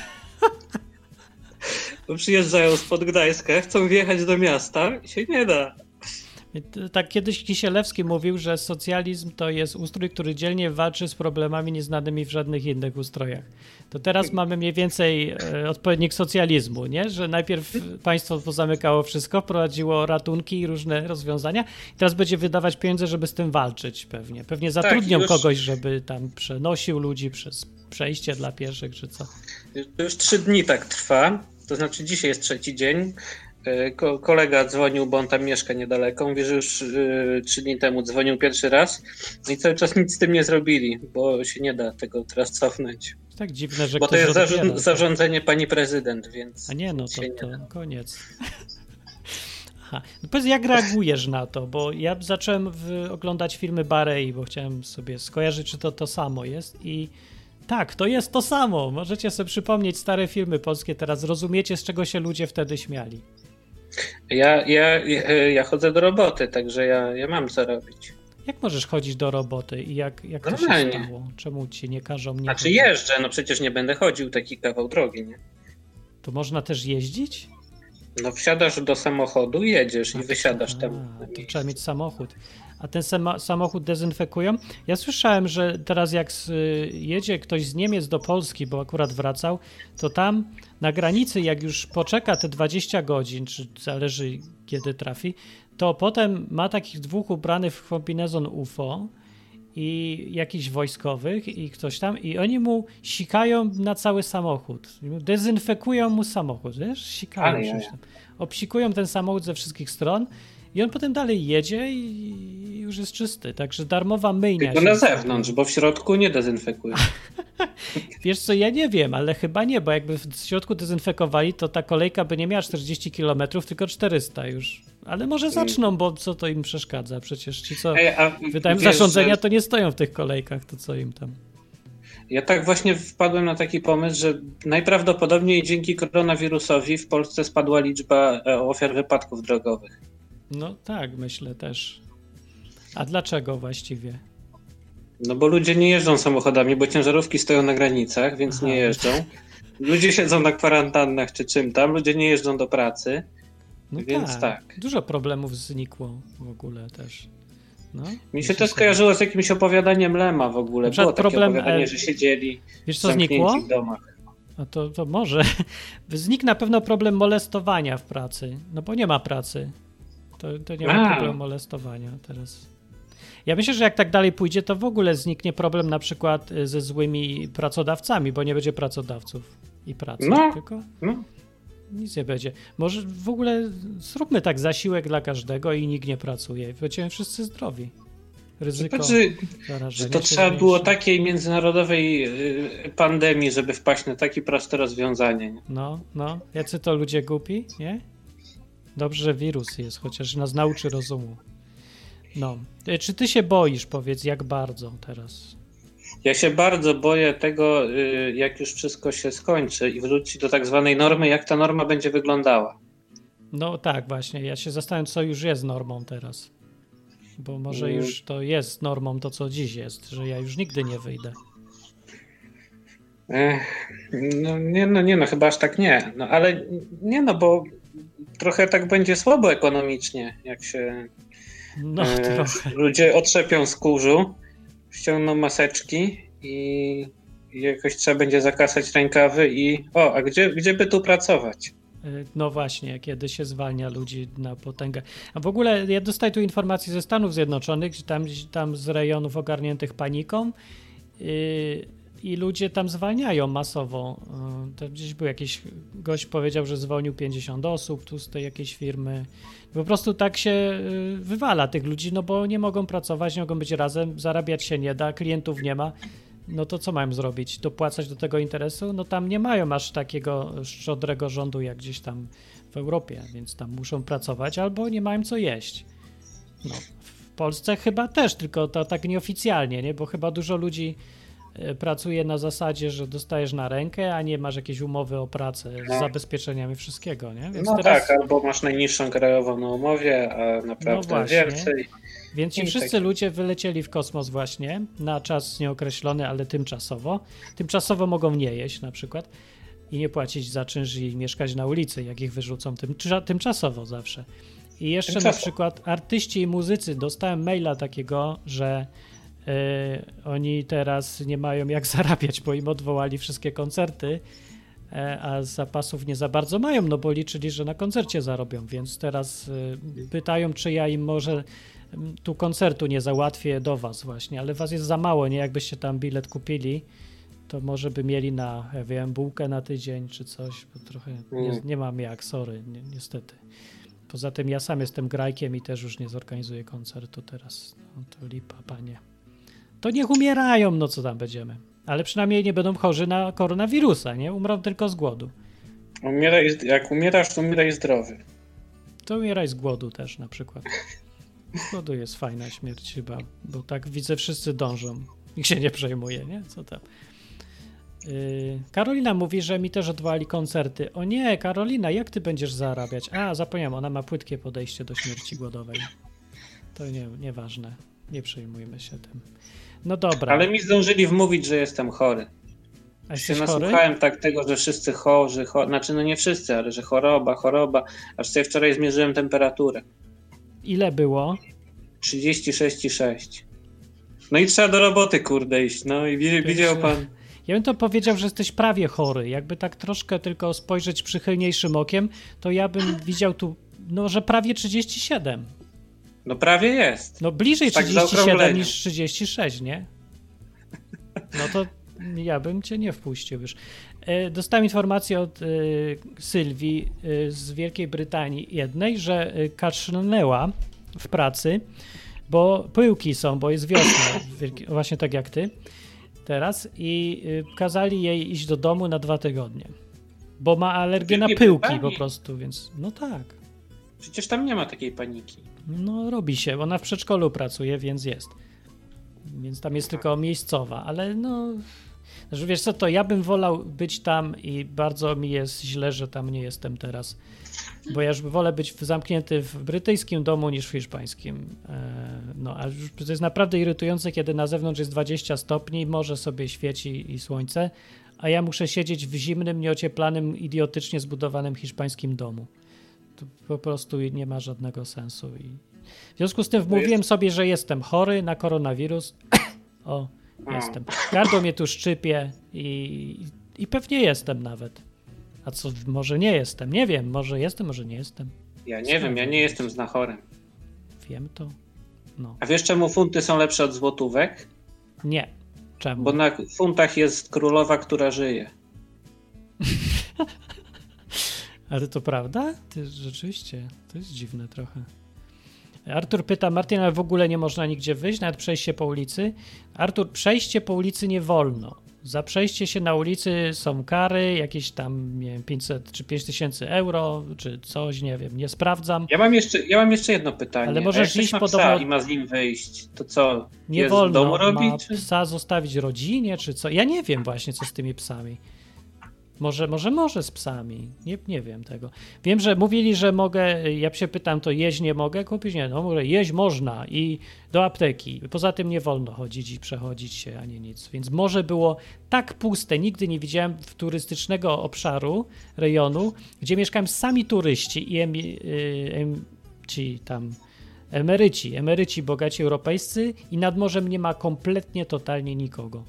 Bo przyjeżdżają spod Gdańska, chcą wjechać do miasta i się nie da. tak kiedyś Kisielewski mówił, że socjalizm to jest ustrój, który dzielnie walczy z problemami nieznanymi w żadnych innych ustrojach. To teraz mamy mniej więcej e, odpowiednik socjalizmu, nie? Że najpierw państwo pozamykało wszystko, wprowadziło ratunki i różne rozwiązania i teraz będzie wydawać pieniądze, żeby z tym walczyć pewnie. Pewnie zatrudnią już... kogoś, żeby tam przenosił ludzi przez przejście dla pieszych czy co. To już trzy dni tak trwa, to znaczy dzisiaj jest trzeci dzień. Ko- kolega dzwonił, bo on tam mieszka niedaleko. Mówi, że już yy, trzy dni temu dzwonił pierwszy raz i cały czas nic z tym nie zrobili, bo się nie da tego teraz cofnąć. Tak dziwne, że bo to ktoś jest zarząd, odbiera, zarządzenie pani prezydent, więc... A nie, no to, nie to da. koniec. Aha. No powiedz, jak reagujesz na to? Bo ja zacząłem w, oglądać filmy Barei, bo chciałem sobie skojarzyć, czy to to samo jest i tak, to jest to samo. Możecie sobie przypomnieć stare filmy polskie teraz. Rozumiecie, z czego się ludzie wtedy śmiali. Ja, ja, ja chodzę do roboty, także ja, ja mam co robić. Jak możesz chodzić do roboty i jak, jak to Normalnie. się stało? Czemu ci nie każą? Nie Znaczy chodzić? jeżdżę, no przecież nie będę chodził taki kawał drogi, nie? To można też jeździć? No wsiadasz do samochodu, jedziesz i wysiadasz A, tam. to trzeba mieć samochód. A ten sama, samochód dezynfekują? Ja słyszałem, że teraz jak z, jedzie ktoś z Niemiec do Polski, bo akurat wracał, to tam na granicy, jak już poczeka te dwadzieścia godzin, czy zależy kiedy trafi, to potem ma takich dwóch ubranych w kombinezon U F O i jakichś wojskowych i ktoś tam i oni mu sikają na cały samochód. Dezynfekują mu samochód, wiesz? Sikają Ale się jaja. tam. Obsikują ten samochód ze wszystkich stron i on potem dalej jedzie i już jest czysty. Także darmowa myjnia. Tylko się na stawia. zewnątrz, bo w środku nie dezynfekują. Wiesz co, ja nie wiem, ale chyba nie, bo jakby w środku dezynfekowali, to ta kolejka by nie miała czterdzieści kilometrów, tylko czterysta już. Ale może zaczną, bo co to im przeszkadza? Przecież ci, co Ej, a wydają wiesz, zarządzenia, że to nie stoją w tych kolejkach, to co im tam. Ja tak właśnie wpadłem na taki pomysł, że najprawdopodobniej dzięki koronawirusowi w Polsce spadła liczba e, ofiar wypadków drogowych. No tak, myślę też. A dlaczego właściwie? No bo ludzie nie jeżdżą samochodami, bo ciężarówki stoją na granicach, więc Aha. nie jeżdżą. Ludzie siedzą na kwarantannach czy czym tam, ludzie nie jeżdżą do pracy, No więc tak. Dużo problemów znikło w ogóle też. No, Mi się myślę to sobie. skojarzyło z jakimś opowiadaniem Lema w ogóle. Na przykład Było takie problem, opowiadanie, e, że siedzieli Wiesz co zamknięci znikło? w domach. No to, to może. Znikł na pewno problem molestowania w pracy. No bo nie ma pracy. To, to nie ma A. problemu molestowania teraz. Ja myślę, że jak tak dalej pójdzie, to w ogóle zniknie problem na przykład ze złymi pracodawcami, bo nie będzie pracodawców i pracy. No. Tylko No. nic nie będzie. Może w ogóle zróbmy tak zasiłek dla każdego i nikt nie pracuje. Będziemy wszyscy zdrowi. Ryzyko Znaczy, zarażenia że to się trzeba zmniejszy. było takiej międzynarodowej y, pandemii, żeby wpaść na takie proste rozwiązanie. Nie? No, no. Jacy to ludzie głupi, nie? Dobrze, że wirus jest, chociaż nas nauczy rozumu. No. E, Czy ty się boisz, powiedz, jak bardzo teraz? Ja się bardzo boję tego, y, jak już wszystko się skończy i wróci do tak zwanej normy, jak ta norma będzie wyglądała. No tak, właśnie. Ja się zastanawiam, co już jest normą teraz. Bo może Mm. już to jest normą to, co dziś jest, że ja już nigdy nie wyjdę. Ech, no nie, no nie, no chyba aż tak nie. No ale nie, no bo trochę tak będzie słabo ekonomicznie, jak się No e, trochę. ludzie otrzepią z kurzu, ściągną maseczki i, i jakoś trzeba będzie zakasać rękawy i o, a gdzie, gdzie by tu pracować? E, No właśnie, kiedy się zwalnia ludzi na potęgę. A w ogóle ja dostaję tu informacji ze Stanów Zjednoczonych, że tam, tam z rejonów ogarniętych paniką yy, i ludzie tam zwalniają masowo. Yy, to gdzieś był jakiś gość powiedział, że zwolnił pięćdziesiąt osób tu z tej jakiejś firmy. Po prostu tak się yy, wywala tych ludzi, no bo nie mogą pracować, nie mogą być razem, zarabiać się nie da, klientów nie ma. No to co mają zrobić? Dopłacać do tego interesu? No tam nie mają aż takiego szczodrego rządu jak gdzieś tam w Europie, więc tam muszą pracować albo nie mają co jeść. No, w Polsce chyba też, tylko to tak nieoficjalnie, nie? Bo chyba dużo ludzi e, pracuje na zasadzie, że dostajesz na rękę, a nie masz jakiejś umowy o pracę z No. zabezpieczeniami wszystkiego, nie? Więc No teraz, tak, albo masz najniższą krajową na umowie, a No naprawdę właśnie. więcej. Więc ci I wszyscy tak. ludzie wylecieli w kosmos właśnie na czas nieokreślony, ale tymczasowo. Tymczasowo mogą nie jeść na przykład i nie płacić za czynsz i mieszkać na ulicy, jak ich wyrzucą tym, tymczasowo zawsze. I jeszcze na Tymczasowo. przykład artyści i muzycy. Dostałem maila takiego, że y, oni teraz nie mają jak zarabiać, bo im odwołali wszystkie koncerty, e, a zapasów nie za bardzo mają, no bo liczyli, że na koncercie zarobią, więc teraz y, pytają, czy ja im może tu koncertu nie załatwię do was właśnie, ale was jest za mało, nie? Jakbyście tam bilet kupili, to może by mieli na, ja wiem, bułkę na tydzień czy coś, bo trochę nie, nie mam jak, sorry, ni niestety. Poza tym ja sam jestem grajkiem i też już nie zorganizuję koncertu teraz. No to lipa, panie. To niech umierają, no co tam będziemy. Ale przynajmniej nie będą chorzy na koronawirusa, nie? Umrą tylko z głodu. Umieraj, jak umierasz, to umieraj zdrowy. To umieraj z głodu też na przykład. Z głodu jest fajna śmierć chyba, bo tak widzę wszyscy dążą. Nikt się nie przejmuje, nie? Co tam? Yy, Karolina mówi, że mi też odwołali koncerty. O nie, Karolina, jak ty będziesz zarabiać? A, zapomniałem, ona ma płytkie podejście do śmierci głodowej. To nie, nieważne, nie przejmujmy się tym. No dobra. Ale mi zdążyli wmówić, że jestem chory. A Się jesteś chory? nasłuchałem tak tego, że wszyscy chorzy, cho... znaczy no nie wszyscy, ale że choroba, choroba. Aż sobie wczoraj zmierzyłem temperaturę. Ile było? trzydzieści sześć i sześć. No i trzeba do roboty, kurde, iść. No i wi- widział pan... Ja bym to powiedział, że jesteś prawie chory. Jakby tak troszkę tylko spojrzeć przychylniejszym okiem, to ja bym widział tu, no, że prawie trzydzieści siedem. No prawie jest. No bliżej Tak trzydzieści siedem zaokrąglenie. niż trzydzieści sześć, nie? No to ja bym cię nie wpuścił już. E, Dostałem informację od e, Sylwii e, z Wielkiej Brytanii jednej, że e, kaszlnęła w pracy, bo pyłki są, bo jest wiosna, wielki- właśnie tak jak ty teraz, i e, kazali jej iść do domu na dwa tygodnie, bo ma alergię na Wielkiej pyłki Brytanii? po prostu, więc no tak. Przecież tam nie ma takiej paniki. No robi się, ona w przedszkolu pracuje, więc jest. Więc tam jest tylko miejscowa, ale no... Że wiesz co, to ja bym wolał być tam i bardzo mi jest źle, że tam nie jestem teraz. Bo ja już wolę być zamknięty w brytyjskim domu niż w hiszpańskim. No, a już to jest naprawdę irytujące, kiedy na zewnątrz jest dwadzieścia stopni, morze sobie świeci i słońce, a ja muszę siedzieć w zimnym, nieocieplanym, idiotycznie zbudowanym hiszpańskim domu. To po prostu nie ma żadnego sensu. I w związku z tym wmówiłem sobie, że jestem chory na koronawirus. O, jestem. Gardło mnie tu szczypie i, i pewnie jestem nawet. A co, może nie jestem? Nie wiem, może jestem, może nie jestem. Ja nie wiem, ja nie jestem znachorem. Wiem to. No. A wiesz, czemu funty są lepsze od złotówek? Nie. Czemu? Bo na funtach jest królowa, która żyje. Ale to prawda? Ty, rzeczywiście, to jest dziwne trochę. Artur pyta, Martin, ale w ogóle nie można nigdzie wyjść, nawet przejście po ulicy? Artur, przejście po ulicy nie wolno. Za przejście się na ulicy są kary, jakieś tam, nie wiem, pięćset czy pięć tysięcy euro, czy coś, nie wiem, nie sprawdzam. Ja mam jeszcze, ja mam jeszcze jedno pytanie. Ale A możesz jak ktoś iść ma podobno- psa i ma z nim wyjść, to co? Nie jest wolno, w domu ma robić? Czy... psa zostawić rodzinie, czy co? Ja nie wiem właśnie, co z tymi psami. Może, może, może z psami. Nie, nie wiem tego. Wiem, że mówili, że mogę, ja się pytam, to jeść nie mogę kupić? Nie, no mówię, jeść można i do apteki. Poza tym nie wolno chodzić i przechodzić się, ani nic. Więc morze było tak puste, nigdy nie widziałem w turystycznego obszaru, rejonu, gdzie mieszkają sami turyści i em, y, em, ci tam emeryci, emeryci bogaci europejscy i nad morzem nie ma kompletnie, totalnie nikogo.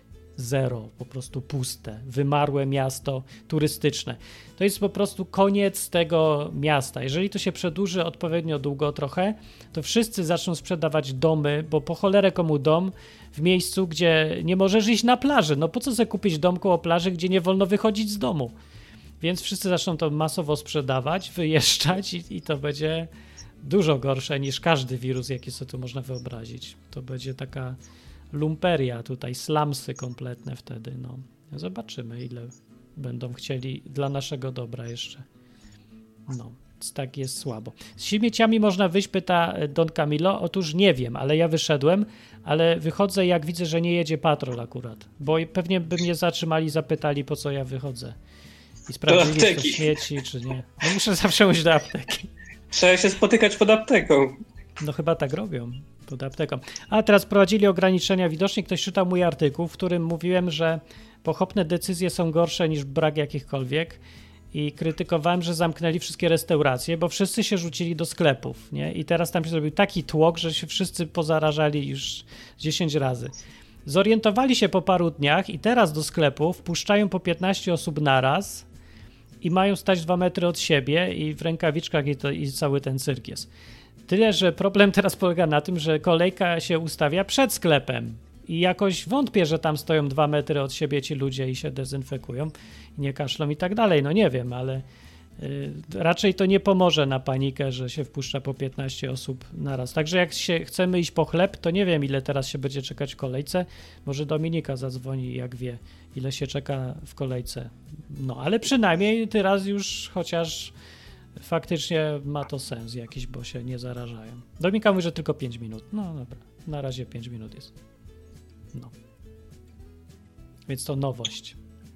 Zero, po prostu puste, wymarłe miasto turystyczne. To jest po prostu koniec tego miasta. Jeżeli to się przedłuży odpowiednio długo trochę, to wszyscy zaczną sprzedawać domy, bo po cholerę komu dom w miejscu, gdzie nie możesz iść na plażę. No po co sobie kupić dom koło plaży, gdzie nie wolno wychodzić z domu? Więc wszyscy zaczną to masowo sprzedawać, wyjeżdżać i, i to będzie dużo gorsze niż każdy wirus, jaki sobie tu można wyobrazić. To będzie taka lumperia tutaj, slumsy kompletne wtedy, no. Zobaczymy, ile będą chcieli dla naszego dobra jeszcze. No, więc tak jest słabo. Z śmieciami można wyjść, pyta Don Camilo. Otóż nie wiem, ale ja wyszedłem, ale wychodzę, jak widzę, że nie jedzie patrol akurat, bo pewnie by mnie zatrzymali, zapytali, po co ja wychodzę. I sprawdzili, czy to śmieci, czy nie. No muszę zawsze iść do apteki. Trzeba się spotykać pod apteką. No chyba tak robią. Pod apteką. A teraz prowadzili ograniczenia. Widocznie ktoś czytał mój artykuł, w którym mówiłem, że pochopne decyzje są gorsze niż brak jakichkolwiek i krytykowałem, że zamknęli wszystkie restauracje, bo wszyscy się rzucili do sklepów, nie? I teraz tam się zrobił taki tłok, że się wszyscy pozarażali już dziesięć razy. Zorientowali się po paru dniach i teraz do sklepów wpuszczają po piętnaście osób naraz i mają stać dwa metry od siebie i w rękawiczkach i, to, i cały ten cyrk jest. Tyle, że problem teraz polega na tym, że kolejka się ustawia przed sklepem i jakoś wątpię, że tam stoją dwa metry od siebie ci ludzie i się dezynfekują i nie kaszlą i tak dalej. No nie wiem, ale y, raczej to nie pomoże na panikę, że się wpuszcza po piętnaście osób naraz. Także jak się chcemy iść po chleb, to nie wiem, ile teraz się będzie czekać w kolejce. Może Dominika zadzwoni, jak wie, ile się czeka w kolejce. No, ale przynajmniej teraz już chociaż faktycznie ma to sens jakiś, bo się nie zarażają. Dominika mówi, że tylko pięć minut. No dobra, na razie pięć minut jest. No. Więc to nowość.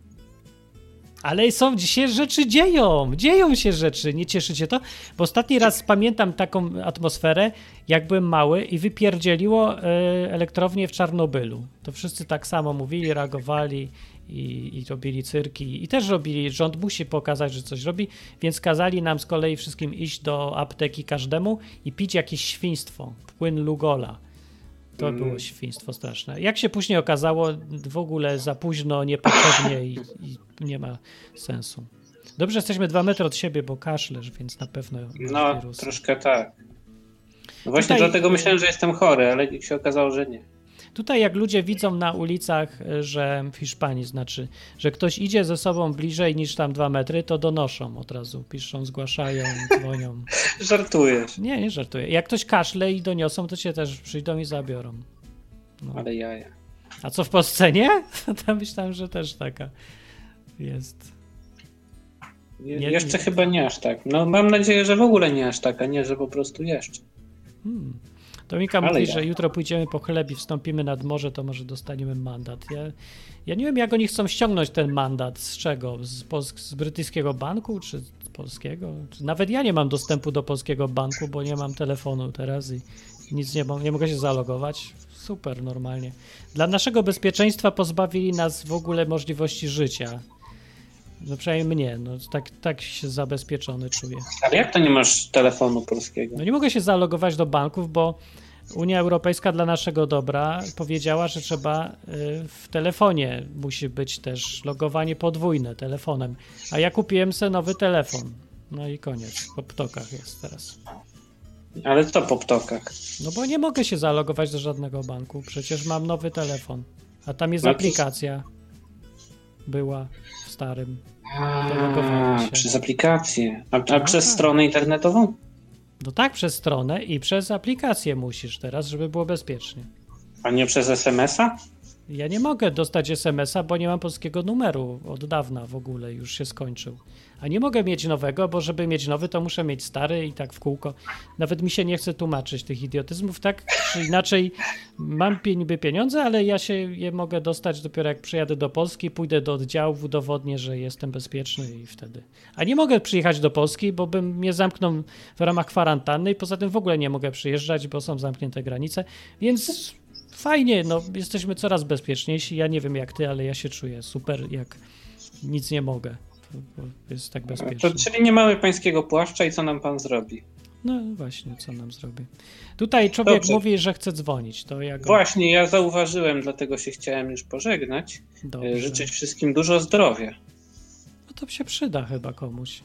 Ale są dzisiaj rzeczy dzieją, dzieją się rzeczy, nie cieszycie to? Bo ostatni raz pamiętam taką atmosferę, jak byłem mały i wypierdzieliło y, elektrownię w Czarnobylu. To wszyscy tak samo mówili, reagowali i, i robili cyrki i też robili, rząd musi pokazać, że coś robi, więc kazali nam z kolei wszystkim iść do apteki każdemu i pić jakieś świństwo, płyn Lugola. To mm. było świństwo straszne. Jak się później okazało, w ogóle za późno, niepotrzebnie i, i nie ma sensu. Dobrze, jesteśmy dwa metry od siebie, bo kaszlesz, więc na pewno No, wirus. Troszkę tak. No właśnie Tutaj, dlatego myślałem, że jestem chory, ale się okazało, że nie. Tutaj jak ludzie widzą na ulicach, że w Hiszpanii znaczy, że ktoś idzie ze sobą bliżej niż tam dwa metry, to donoszą od razu, piszą, zgłaszają, dzwonią. Żartujesz. Nie, nie żartuję. Jak ktoś kaszle i doniosą, to cię też przyjdą i zabiorą. No. Ale jaja. A co w Polsce nie? To myślałem, że też taka jest. Je, Nie, jeszcze nie. chyba nie aż tak. No mam nadzieję, że w ogóle nie aż tak, a nie, że po prostu jeszcze. Hmm. Tomika Ale mówi, ja. że jutro pójdziemy po chleb i wstąpimy nad morze, to może dostaniemy mandat. Ja, ja nie wiem, jak oni chcą ściągnąć ten mandat. Z czego? Z, Pols- z brytyjskiego banku, czy z polskiego? Czy nawet ja nie mam dostępu do polskiego banku, bo nie mam telefonu teraz i nic nie, mo- nie mogę się zalogować. Super, normalnie. Dla naszego bezpieczeństwa pozbawili nas w ogóle możliwości życia. No przynajmniej mnie, no tak, tak się zabezpieczony czuję. Ale jak to nie masz telefonu polskiego? No nie mogę się zalogować do banków, bo Unia Europejska dla naszego dobra powiedziała, że trzeba y, w telefonie musi być też logowanie podwójne telefonem. A ja kupiłem sobie nowy telefon. No i koniec. Po ptokach jest teraz. Ale co po ptokach? No bo nie mogę się zalogować do żadnego banku. Przecież mam nowy telefon. A tam jest No to- aplikacja. Była w starym. Do A, logowania się. przez aplikację. A, a No przez tak. stronę internetową? No tak, przez stronę i przez aplikację musisz teraz, żeby było bezpiecznie. A nie przez es em es a? Ja nie mogę dostać es em es a, bo nie mam polskiego numeru od dawna w ogóle, już się skończył. A nie mogę mieć nowego, bo żeby mieć nowy, to muszę mieć stary i tak w kółko. Nawet mi się nie chce tłumaczyć tych idiotyzmów, tak czy inaczej mam niby pieniądze, ale ja się je mogę dostać dopiero jak przyjadę do Polski, pójdę do oddziałów, udowodnię, że jestem bezpieczny i wtedy. A nie mogę przyjechać do Polski, bo bym mnie zamknął w ramach kwarantanny i poza tym w ogóle nie mogę przyjeżdżać, bo są zamknięte granice, więc fajnie, no jesteśmy coraz bezpieczniejsi. Ja nie wiem jak ty, ale ja się czuję super, jak nic nie mogę. Bo jest tak bezpiecznie. To, czyli nie mamy pańskiego płaszcza i co nam pan zrobi? No właśnie, co nam zrobi. Tutaj człowiek Dobrze. mówi, że chce dzwonić. To ja go... Właśnie, ja zauważyłem, dlatego się chciałem już pożegnać. Dobrze. Życzyć wszystkim dużo zdrowia. No to się przyda chyba komuś.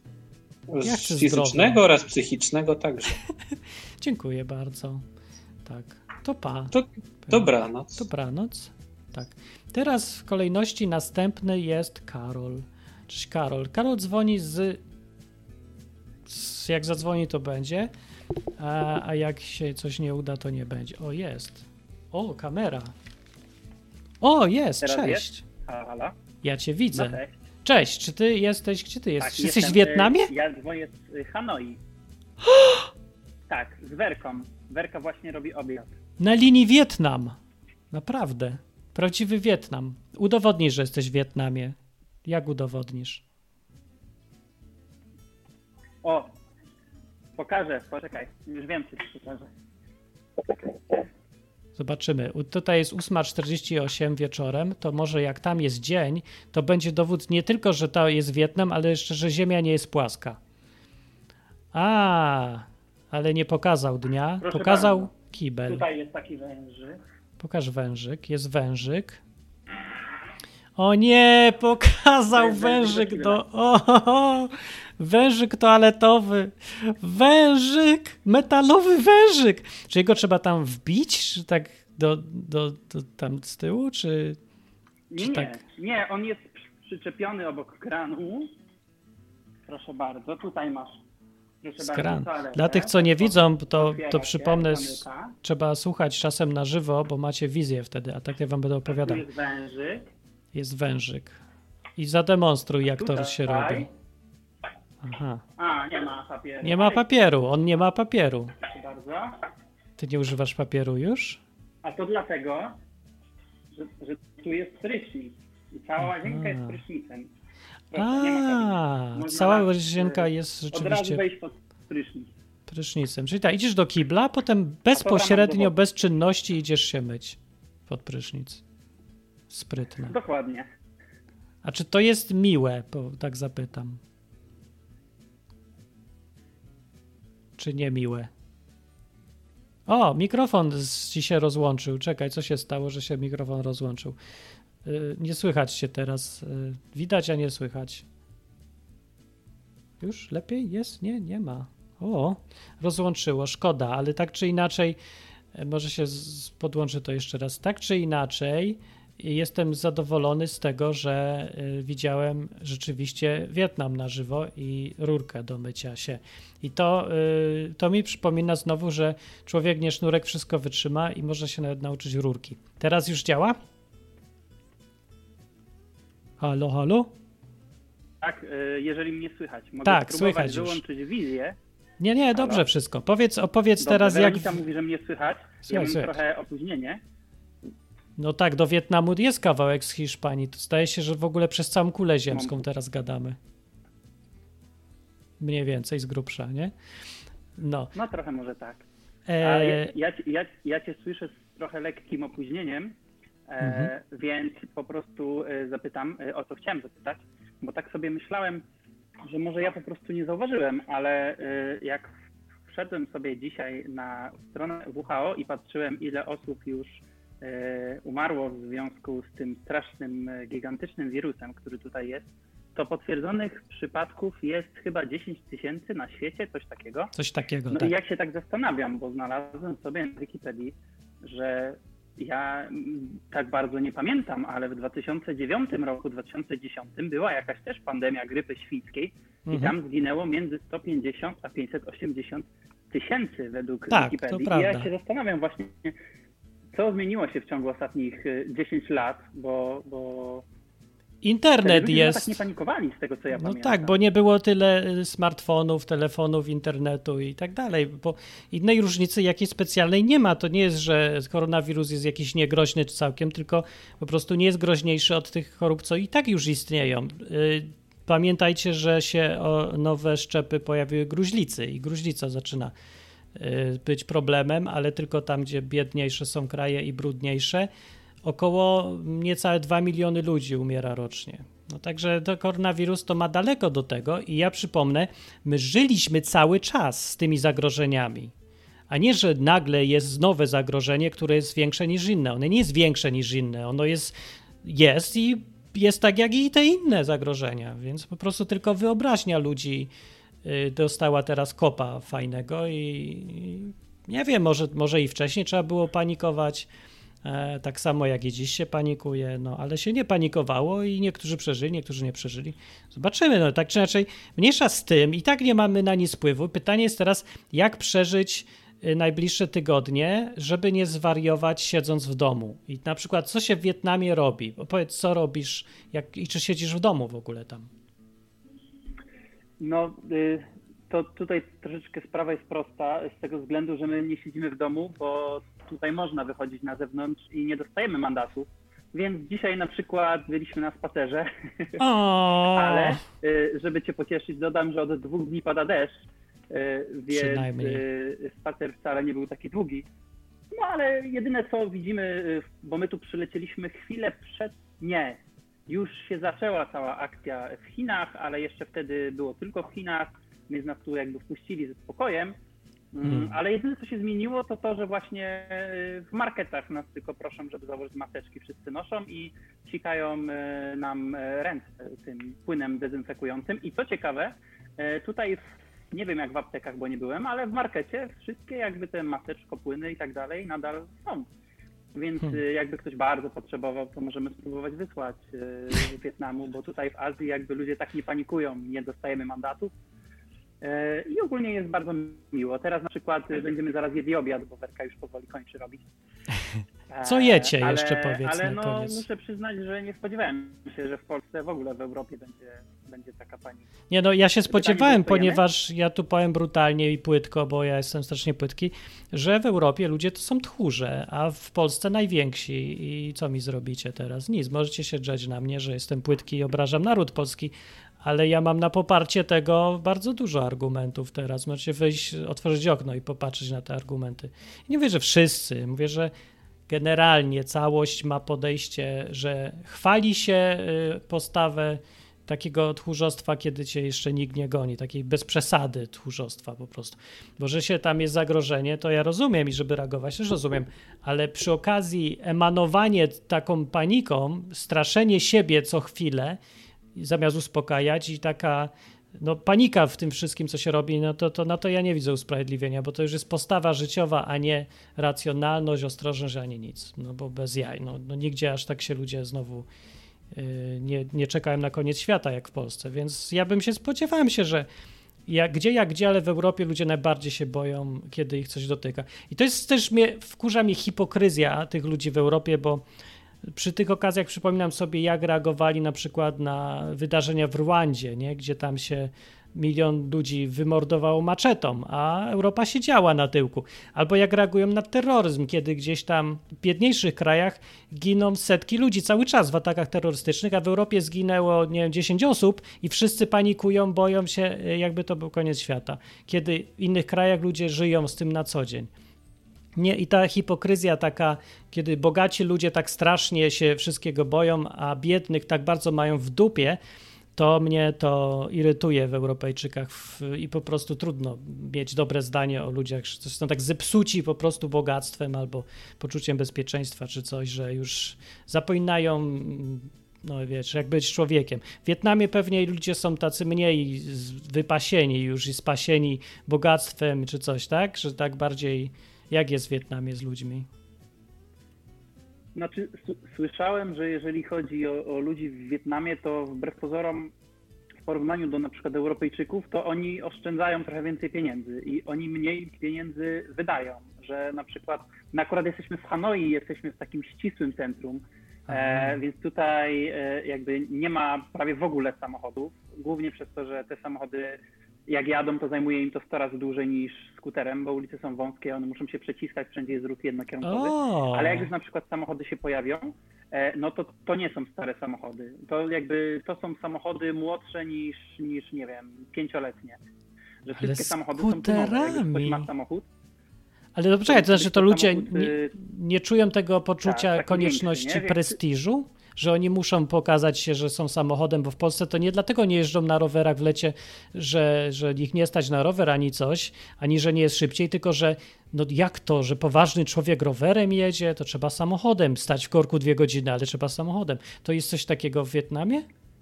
Ja chcę Fizycznego zdrowia. oraz psychicznego także. Dziękuję bardzo. Tak. To pa. To dobranoc. Dobranoc. Tak. Teraz w kolejności następny jest Karol. Cześć Karol. Karol dzwoni z... z jak zadzwoni to będzie, a, a jak się coś nie uda to nie będzie. O, jest. O, kamera. O, jest. Teraz Cześć. jest? Halo? Ja cię widzę. No cześć. Cześć. Czy ty jesteś... Gdzie ty jesteś? Tak, Czy jesteś jestem, w Wietnamie? y, Ja dzwonię z y, Hanoi. Tak, z Werką. Werka właśnie robi obiad. Na linii Wietnam. Naprawdę. Prawdziwy Wietnam. Udowodnij, że jesteś w Wietnamie. Jak udowodnisz? O, pokażę, poczekaj. Już wiem, czy ci pokażę. Zobaczymy. U- Tutaj jest ósma czterdzieści osiem wieczorem. To może jak tam jest dzień, to będzie dowód nie tylko, że to jest Wietnam, ale jeszcze, że Ziemia nie jest płaska. A, ale nie pokazał dnia. Proszę Pokazał bardzo. kibel. Tutaj jest taki węży. Pokaż wężyk. Jest wężyk. O nie, pokazał To jest wężyk wężyk do do... O, o, o, wężyk toaletowy. Wężyk! Metalowy wężyk! Czy jego trzeba tam wbić? Czy tak do, do, do tam z tyłu? Czy... Nie, Czy nie, tak? nie, on jest przy- przyczepiony obok kranu. Proszę bardzo, tutaj masz. Proszę Skran. bardzo, toaletę. Dla tych, co nie widzą, to, Otwiera to się, przypomnę, s- zamyka. trzeba słuchać czasem na żywo, bo macie wizję wtedy, a tak ja wam będę Tu opowiadał. jest wężyk. Jest wężyk. I zademonstruj, jak to Tutaj. się robi. Aha. A, nie ma papieru. Nie ma papieru, on nie ma papieru. Proszę bardzo. Ty nie używasz papieru już? A to dlatego, że, że tu jest prysznic i cała łazienka jest prysznicem. Proszę, A, nie ma kabiny. Można cała raz, łazienka y, jest Od razu rzeczywiście wejść pod prysznic. prysznicem. Czyli tak, idziesz do kibla, potem A bezpośrednio, to bez czynności idziesz się myć pod prysznic. Sprytne. Dokładnie. A czy to jest miłe? Bo tak zapytam. Czy nie miłe? O, mikrofon z- ci się rozłączył. Czekaj, co się stało, że się mikrofon rozłączył? Yy, nie słychać się teraz. Yy, widać, a nie słychać. Już lepiej jest? Nie, nie ma. O, rozłączyło, szkoda, ale tak czy inaczej, e, może się z- podłączę to jeszcze raz. Tak czy inaczej, jestem zadowolony z tego, że y, widziałem rzeczywiście Wietnam na żywo i rurkę do mycia się. I to, y, to mi przypomina znowu, że człowiek nie sznurek wszystko wytrzyma i może się nawet nauczyć rurki. Teraz już działa? Halo, halo? Tak, y, jeżeli mnie słychać. Mogę Tak, spróbować słychać już. wyłączyć wizję. Nie, nie, dobrze Halo? wszystko. Powiedz, opowiedz Dobrze, teraz jak... Weronika mówi, że mnie słychać. Słuchaj, ja mam słychać. trochę opóźnienie. No tak, do Wietnamu jest kawałek z Hiszpanii. To zdaje się, że w ogóle przez całą kulę ziemską teraz gadamy. Mniej więcej z grubsza, nie? No. No trochę może tak. E, Ale ja, ja, ja, ja cię słyszę z trochę lekkim opóźnieniem, e, Mhm. więc po prostu e, zapytam, e, o co chciałem zapytać, bo tak sobie myślałem, że może ja po prostu nie zauważyłem, ale e, jak wszedłem sobie dzisiaj na stronę W H O i patrzyłem, ile osób już e, umarło w związku z tym strasznym, e, gigantycznym wirusem, który tutaj jest, to potwierdzonych przypadków jest chyba dziesięć tysięcy na świecie, coś takiego. Coś takiego, No tak. i jak się tak zastanawiam, bo znalazłem sobie na Wikipedii, że ja mm, tak bardzo nie pamiętam, ale w dwa tysiące dziewiątym roku, dwa tysiące dziesiątym była jakaś też pandemia grypy świńskiej i Mhm. tam zginęło między sto pięćdziesiąt a pięćset osiemdziesiąt tysięcy według Tak, to Wikipedii. I prawda. ja się zastanawiam właśnie, co zmieniło się w ciągu ostatnich y, dziesięciu lat, bo, bo Internet ludzie chyba jest... tak nie panikowali z tego, co ja No pamiętam. tak, bo nie było tyle y, smartfonów, telefonów, internetu i tak dalej, bo innej różnicy jakiejś specjalnej nie ma. To nie jest, że koronawirus jest jakiś niegroźny całkiem, tylko po prostu nie jest groźniejszy od tych chorób, co i tak już istnieją. Y, Pamiętajcie, że się o nowe szczepy pojawiły gruźlicy i gruźlica zaczyna y, być problemem, ale tylko tam, gdzie biedniejsze są kraje i brudniejsze. Około niecałe dwa miliony ludzi umiera rocznie. No także to koronawirus to ma daleko do tego i ja przypomnę, my żyliśmy cały czas z tymi zagrożeniami, a nie, że nagle jest nowe zagrożenie, które jest większe niż inne. Ono nie jest większe niż inne, ono jest, jest i jest tak jak i te inne zagrożenia, więc po prostu tylko wyobraźnia ludzi y, dostała teraz kopa fajnego i, i nie wiem, może, może i wcześniej trzeba było panikować, e, tak samo jak i dziś się panikuje, no ale się nie panikowało i niektórzy przeżyli, niektórzy nie przeżyli. Zobaczymy, no tak czy inaczej, mniejsza z tym, i tak nie mamy na nic wpływu. Pytanie jest teraz, jak przeżyć y, najbliższe tygodnie, żeby nie zwariować siedząc w domu. I na przykład, co się w Wietnamie robi? Opowiedz, co robisz jak, i czy siedzisz w domu w ogóle tam? No, y, to tutaj troszeczkę sprawa jest prosta, z tego względu, że my nie siedzimy w domu, bo tutaj można wychodzić na zewnątrz i nie dostajemy mandatu. Więc dzisiaj na przykład byliśmy na spacerze, O, ale y, żeby cię pocieszyć, dodam, że od dwóch dni pada deszcz, y, więc Przynajmniej. y, spacer wcale nie był taki długi. No ale jedyne co widzimy, y, bo my tu przylecieliśmy chwilę przed, nie, już się zaczęła cała akcja w Chinach, ale jeszcze wtedy było tylko w Chinach, więc nas tu jakby wpuścili ze spokojem. Mm, Hmm. Ale jedyne co się zmieniło to to, że właśnie y, w marketach nas tylko proszą, żeby założyć maseczki, wszyscy noszą i psikają y, nam y, ręce tym płynem dezynfekującym. I co ciekawe, y, tutaj w, nie wiem jak w aptekach, bo nie byłem, ale w markecie wszystkie jakby te maseczko, płyny i tak dalej nadal są. Więc Hmm. y, jakby ktoś bardzo potrzebował, to możemy spróbować wysłać y, z Wietnamu, bo tutaj w Azji jakby ludzie tak nie panikują, nie dostajemy mandatów. Y, I ogólnie jest bardzo miło. Teraz na przykład y, będziemy zaraz jedli obiad, bo Werka już powoli kończy robić. Co jecie ale, jeszcze, powiedz ale na no, koniec. muszę przyznać, że nie spodziewałem się, że w Polsce, w ogóle w Europie będzie, będzie taka panika. Nie no, ja się spodziewałem, dostajemy? ponieważ ja tu powiem brutalnie i płytko, bo ja jestem strasznie płytki, że w Europie ludzie to są tchórze, a w Polsce najwięksi. I co mi zrobicie teraz? Nic, możecie się drzeć na mnie, że jestem płytki i obrażam naród polski, ale ja mam na poparcie tego bardzo dużo argumentów teraz. Możecie wyjść, otworzyć okno i popatrzeć na te argumenty. I nie mówię, że wszyscy, mówię, że generalnie całość ma podejście, że chwali się postawę takiego tchórzostwa, kiedy cię jeszcze nikt nie goni, takiej bez przesady tchórzostwa po prostu. Bo że się tam jest zagrożenie, to ja rozumiem i żeby reagować też rozumiem, ale przy okazji emanowanie taką paniką, straszenie siebie co chwilę, zamiast uspokajać i taka no, panika w tym wszystkim, co się robi, no to, to na to ja nie widzę usprawiedliwienia, bo to już jest postawa życiowa, a nie racjonalność, ostrożność, a nie nic. No bo bez jaj. No, no nigdzie aż tak się ludzie znowu yy, nie, nie czekają na koniec świata jak w Polsce, więc ja bym się spodziewałem się, że jak gdzie, jak gdzie, ale w Europie ludzie najbardziej się boją, kiedy ich coś dotyka. I to jest też, mnie, wkurza mnie hipokryzja tych ludzi w Europie, bo przy tych okazjach przypominam sobie, jak reagowali na przykład na wydarzenia w Rwandzie, nie? Gdzie tam się milion ludzi wymordowało maczetą, a Europa siedziała na tyłku. Albo jak reagują na terroryzm, kiedy gdzieś tam w biedniejszych krajach giną setki ludzi cały czas w atakach terrorystycznych, a w Europie zginęło, nie wiem, dziesięć osób i wszyscy panikują, boją się, jakby to był koniec świata. Kiedy w innych krajach ludzie żyją z tym na co dzień. Nie, i ta hipokryzja taka, kiedy bogaci ludzie tak strasznie się wszystkiego boją, a biednych tak bardzo mają w dupie, to mnie to irytuje w Europejczykach w, i po prostu trudno mieć dobre zdanie o ludziach, którzy są tak zepsuci po prostu bogactwem albo poczuciem bezpieczeństwa czy coś, że już zapominają, no wiesz, jak być człowiekiem. W Wietnamie pewnie ludzie są tacy mniej wypasieni już i spasieni bogactwem czy coś, tak? Że tak bardziej... Jak jest w Wietnamie z ludźmi? Znaczy, słyszałem, że jeżeli chodzi o, o ludzi w Wietnamie, to wbrew pozorom w porównaniu do na przykład Europejczyków, to oni oszczędzają trochę więcej pieniędzy i oni mniej pieniędzy wydają, że na przykład, my akurat jesteśmy w Hanoi, jesteśmy w takim ścisłym centrum, e, więc tutaj e, jakby nie ma prawie w ogóle samochodów, głównie przez to, że te samochody jak jadą, to zajmuje im to sto razy dłużej niż skuterem, bo ulice są wąskie, one muszą się przeciskać, wszędzie jest ruch jednokierunkowy. O. Ale jak już na przykład samochody się pojawią, no to to nie są stare samochody. To jakby to są samochody młodsze niż, niż nie wiem, pięcioletnie. Że wszystkie Ale samochody są tu nowe. Jak ktoś ma samochód. Ale no poczekaj, to znaczy to ludzie samochód, nie, nie czują tego poczucia tak, konieczności większy, prestiżu? Że oni muszą pokazać się, że są samochodem, bo w Polsce to nie dlatego nie jeżdżą na rowerach w lecie, że, że ich nie stać na rower ani coś, ani że nie jest szybciej, tylko że no jak to, że poważny człowiek rowerem jedzie, to trzeba samochodem stać w korku dwie godziny, ale trzeba samochodem. To jest coś takiego w Wietnamie?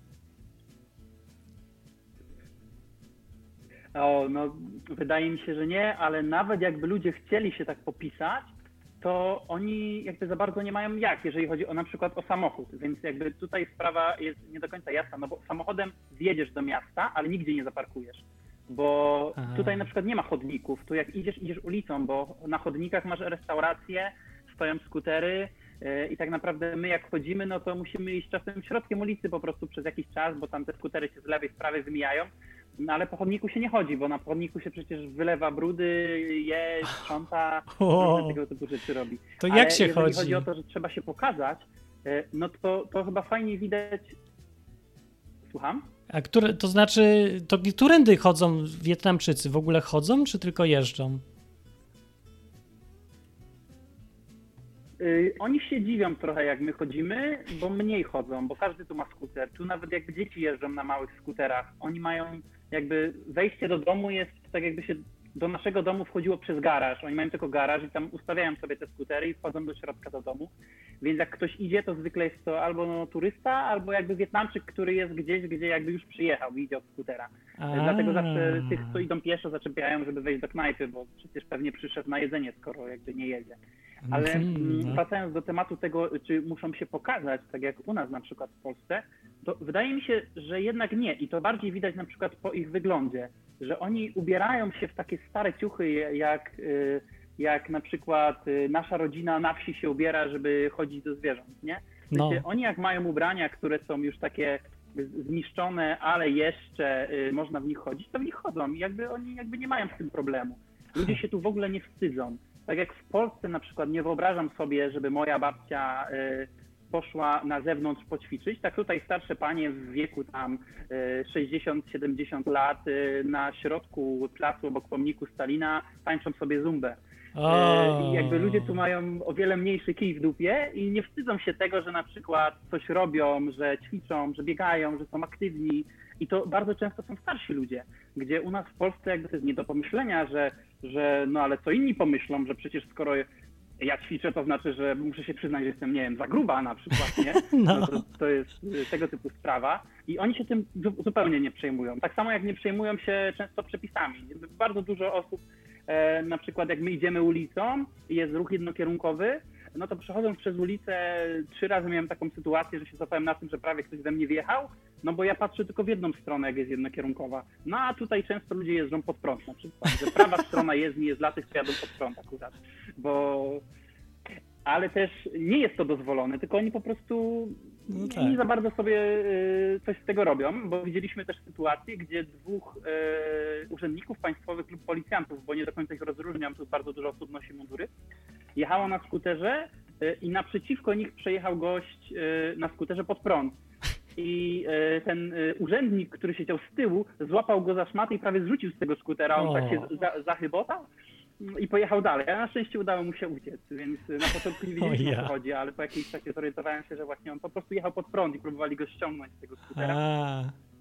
O, no wydaje mi się, że nie, ale nawet jakby ludzie chcieli się tak popisać, to oni jakby za bardzo nie mają jak, jeżeli chodzi o na przykład o samochód, więc jakby tutaj sprawa jest nie do końca jasna, no bo samochodem wjedziesz do miasta, ale nigdzie nie zaparkujesz, bo Aha. tutaj na przykład nie ma chodników, tu jak idziesz, idziesz ulicą, bo na chodnikach masz restauracje, stoją skutery yy, i tak naprawdę my jak chodzimy, no to musimy iść czasem środkiem ulicy po prostu przez jakiś czas, bo tam te skutery się z lewej, z prawej wymijają. No ale po chodniku się nie chodzi, bo na chodniku się przecież wylewa brudy, je, sprząta, różne tego typu rzeczy robi. To ale jak się jeżeli chodzi? chodzi o to, że trzeba się pokazać, no to, to chyba fajnie widać... Słucham? A które, to znaczy, to którędy chodzą Wietnamczycy? W ogóle chodzą, czy tylko jeżdżą? Yy, oni się dziwią trochę, jak my chodzimy, bo mniej chodzą, bo każdy tu ma skuter. Tu nawet jakby dzieci jeżdżą na małych skuterach, oni mają jakby wejście do domu jest tak jakby się do naszego domu wchodziło przez garaż. Oni mają tylko garaż i tam ustawiają sobie te skutery i wchodzą do środka do domu. Więc jak ktoś idzie, to zwykle jest to albo no, turysta, albo jakby Wietnamczyk, który jest gdzieś, gdzie jakby już przyjechał i idzie od skutera. A. Dlatego zawsze tych, co idą pieszo, zaczepiają, żeby wejść do knajpy, bo przecież pewnie przyszedł na jedzenie, skoro jakby nie jedzie. Ale Hmm. wracając do tematu tego, czy muszą się pokazać, tak jak u nas na przykład w Polsce, to wydaje mi się, że jednak nie. I to bardziej widać na przykład po ich wyglądzie, że oni ubierają się w takie stare ciuchy jak, jak na przykład y, nasza rodzina na wsi się ubiera, żeby chodzić do zwierząt, nie? No. Wiecie, oni jak mają ubrania, które są już takie zniszczone, ale jeszcze y, można w nich chodzić, to w nich chodzą i jakby oni jakby nie mają z tym problemu. Ludzie się tu w ogóle nie wstydzą. Tak jak w Polsce na przykład nie wyobrażam sobie, żeby moja babcia y, poszła na zewnątrz poćwiczyć, tak tutaj starsze panie w wieku tam sześćdziesiąt siedemdziesiąt lat na środku placu obok pomniku Stalina tańczą sobie zumbę. O. I jakby ludzie tu mają o wiele mniejszy kij w dupie i nie wstydzą się tego, że na przykład coś robią, że ćwiczą, że biegają, że są aktywni. I to bardzo często są starsi ludzie, gdzie u nas w Polsce jakby to jest nie do pomyślenia, że, że no ale co inni pomyślą, że przecież skoro ja ćwiczę, to znaczy, że muszę się przyznać, że jestem, nie wiem, za gruba na przykład, nie? No. No to, to jest tego typu sprawa i oni się tym zupełnie nie przejmują. Tak samo jak nie przejmują się często przepisami. Bardzo dużo osób, e, na przykład jak my idziemy ulicą i jest ruch jednokierunkowy, no to przechodząc przez ulicę trzy razy miałem taką sytuację, że się złapałem na tym, że prawie ktoś we mnie wjechał, no bo ja patrzę tylko w jedną stronę, jak jest jednokierunkowa. No a tutaj często ludzie jeżdżą pod prąd na przykład, że prawa strona jezdni jest dla tych, co jadą pod prąd akurat, bo... Ale też nie jest to dozwolone, tylko oni po prostu No tak. nie za bardzo sobie y, coś z tego robią, bo widzieliśmy też sytuację, gdzie dwóch y, urzędników państwowych lub policjantów, bo nie do końca ich rozróżniam, tu bardzo dużo osób nosi mundury, jechało na skuterze y, i naprzeciwko nich przejechał gość y, na skuterze pod prąd. I y, ten y, urzędnik, który siedział z tyłu, złapał go za szmatę i prawie zrzucił z tego skutera, on O. tak się za, zachybotał i pojechał dalej. A na szczęście udało mu się uciec, więc na początku nie wiedzieliśmy, O o ja. co chodzi, ale po jakimś czasie zorientowałem się, że właśnie on po prostu jechał pod prąd i próbowali go ściągnąć z tego skutera. A,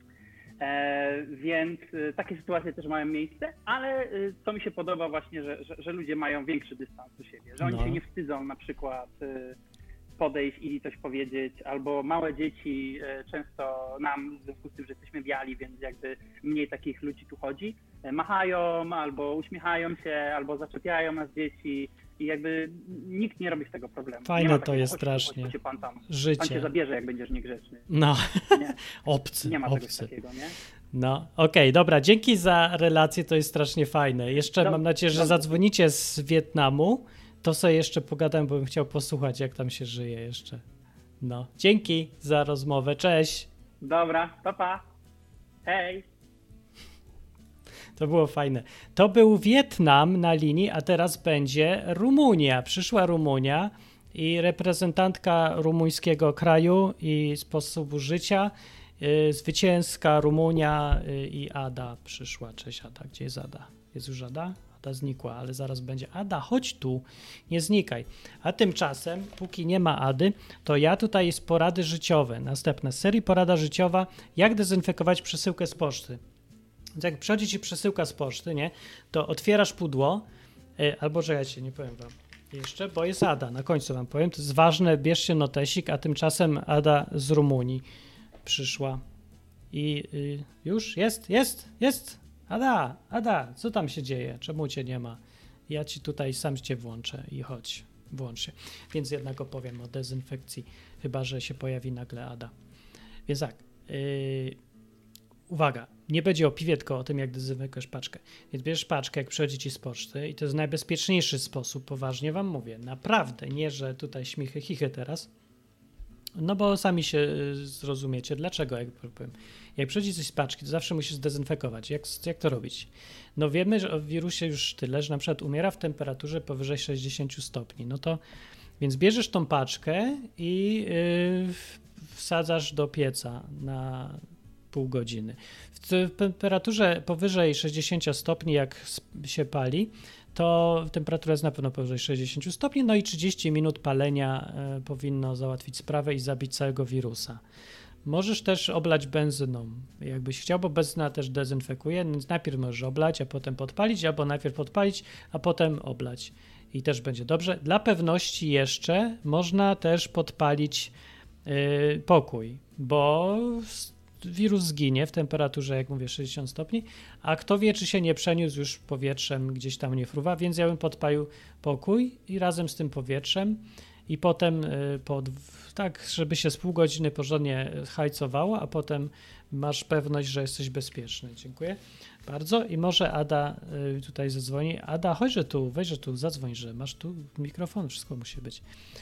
E, więc e, takie sytuacje też mają miejsce, ale e, co mi się podoba właśnie, że, że, że ludzie mają większy dystans do siebie, że oni No. się nie wstydzą na przykład e, podejść i coś powiedzieć, albo małe dzieci e, często nam, w związku z tym, że jesteśmy biali, więc jakby mniej takich ludzi tu chodzi, e, machają, albo uśmiechają się, albo zaczepiają nas dzieci i jakby nikt nie robi z tego problemu. Fajne Nie ma to takiego, jest chodź, strasznie. Chodź, chodź, pan tam, pan życie. cię zabierze, jak będziesz niegrzeczny. No, Nie, obcy, nie ma czegoś obcy. takiego, nie? No, okej, dobra, dzięki za relację, to jest strasznie fajne. Jeszcze No, mam nadzieję, że no. zadzwonicie z Wietnamu, to sobie jeszcze pogadam, bo bym chciał posłuchać, jak tam się żyje jeszcze. No, dzięki za rozmowę, cześć. Dobra, pa pa. Hej. To było fajne. To był Wietnam na linii, a teraz będzie Rumunia. Przyszła Rumunia i reprezentantka rumuńskiego kraju i sposobu życia. Yy, zwycięska Rumunia yy, i Ada przyszła. Cześć Ada, gdzie jest Ada? Jest już Ada? Ada znikła, ale zaraz będzie. Ada, chodź tu, nie znikaj. A tymczasem, póki nie ma Ady, to ja tutaj jest porady życiowe. Następna z serii porada życiowa, jak dezynfekować przesyłkę z poczty. Więc jak przychodzi ci przesyłka z poczty, nie, to otwierasz pudło, yy, albo czekajcie, nie powiem wam jeszcze, bo jest Ada, na końcu wam powiem, to jest ważne, bierzcie notesik, a tymczasem Ada z Rumunii przyszła i yy, już jest, jest, jest, Ada, Ada, co tam się dzieje, czemu cię nie ma? Ja ci tutaj sam cię włączę i chodź, włącz się. Więc jednak opowiem o dezynfekcji, chyba że się pojawi nagle Ada. Więc tak, yy, uwaga, nie będzie o piwie, tylko o tym, jak dezynfekujesz paczkę. Więc bierzesz paczkę, jak przychodzi ci z poczty i to jest najbezpieczniejszy sposób, poważnie wam mówię. Naprawdę, nie, że tutaj śmichy, chichy teraz. No bo sami się y, zrozumiecie. Dlaczego? Jak powiem. Jak przychodzi coś z paczki, to zawsze musisz zdezynfekować. Jak, jak to robić? No wiemy, że o wirusie już tyle, że na przykład umiera w temperaturze powyżej sześćdziesiąt stopni. No to, więc bierzesz tą paczkę i yy, wsadzasz do pieca na pół godziny. W temperaturze powyżej sześćdziesiąt stopni, jak się pali, to temperatura jest na pewno powyżej sześćdziesiąt stopni, no i trzydzieści minut palenia y, powinno załatwić sprawę i zabić całego wirusa. Możesz też oblać benzyną, jakbyś chciał, bo benzyna też dezynfekuje, więc najpierw możesz oblać, a potem podpalić, albo najpierw podpalić, a potem oblać i też będzie dobrze. Dla pewności jeszcze można też podpalić y, pokój, bo wirus zginie w temperaturze, jak mówię, sześćdziesiąt stopni, a kto wie, czy się nie przeniósł już powietrzem, gdzieś tam nie fruwa, więc ja bym podpalił pokój i razem z tym powietrzem i potem y, po, tak, żeby się z pół godziny porządnie hajcowało, a potem masz pewność, że jesteś bezpieczny. Dziękuję bardzo i może Ada y, tutaj zadzwoni. Ada, chodźże tu, weźże tu, zadzwoń, że masz tu mikrofon, wszystko musi być.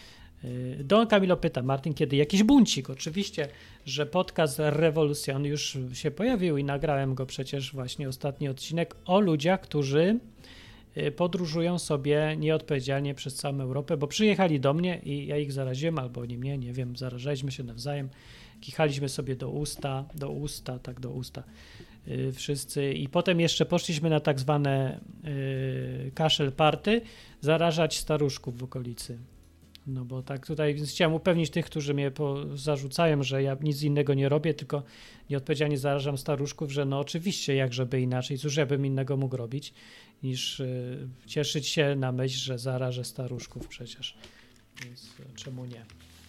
Don Camilo pyta, Martin, kiedy jakiś buncik? Oczywiście, że podcast Revolution już się pojawił i nagrałem go przecież właśnie ostatni odcinek o ludziach, którzy podróżują sobie nieodpowiedzialnie przez całą Europę, bo przyjechali do mnie i ja ich zaraziłem, albo oni mnie, nie wiem, zarażaliśmy się nawzajem, kichaliśmy sobie do usta, do usta, tak do usta yy, wszyscy i potem jeszcze poszliśmy na tak zwane yy, kaszel party, zarażać staruszków w okolicy. No bo tak tutaj, więc chciałem upewnić tych, którzy mnie po, zarzucają, że ja nic innego nie robię, tylko nieodpowiedzialnie zarażam staruszków, że no oczywiście, jak żeby inaczej, cóż ja bym innego mógł robić, niż y, cieszyć się na myśl, że zarażę staruszków przecież. Więc y, czemu nie?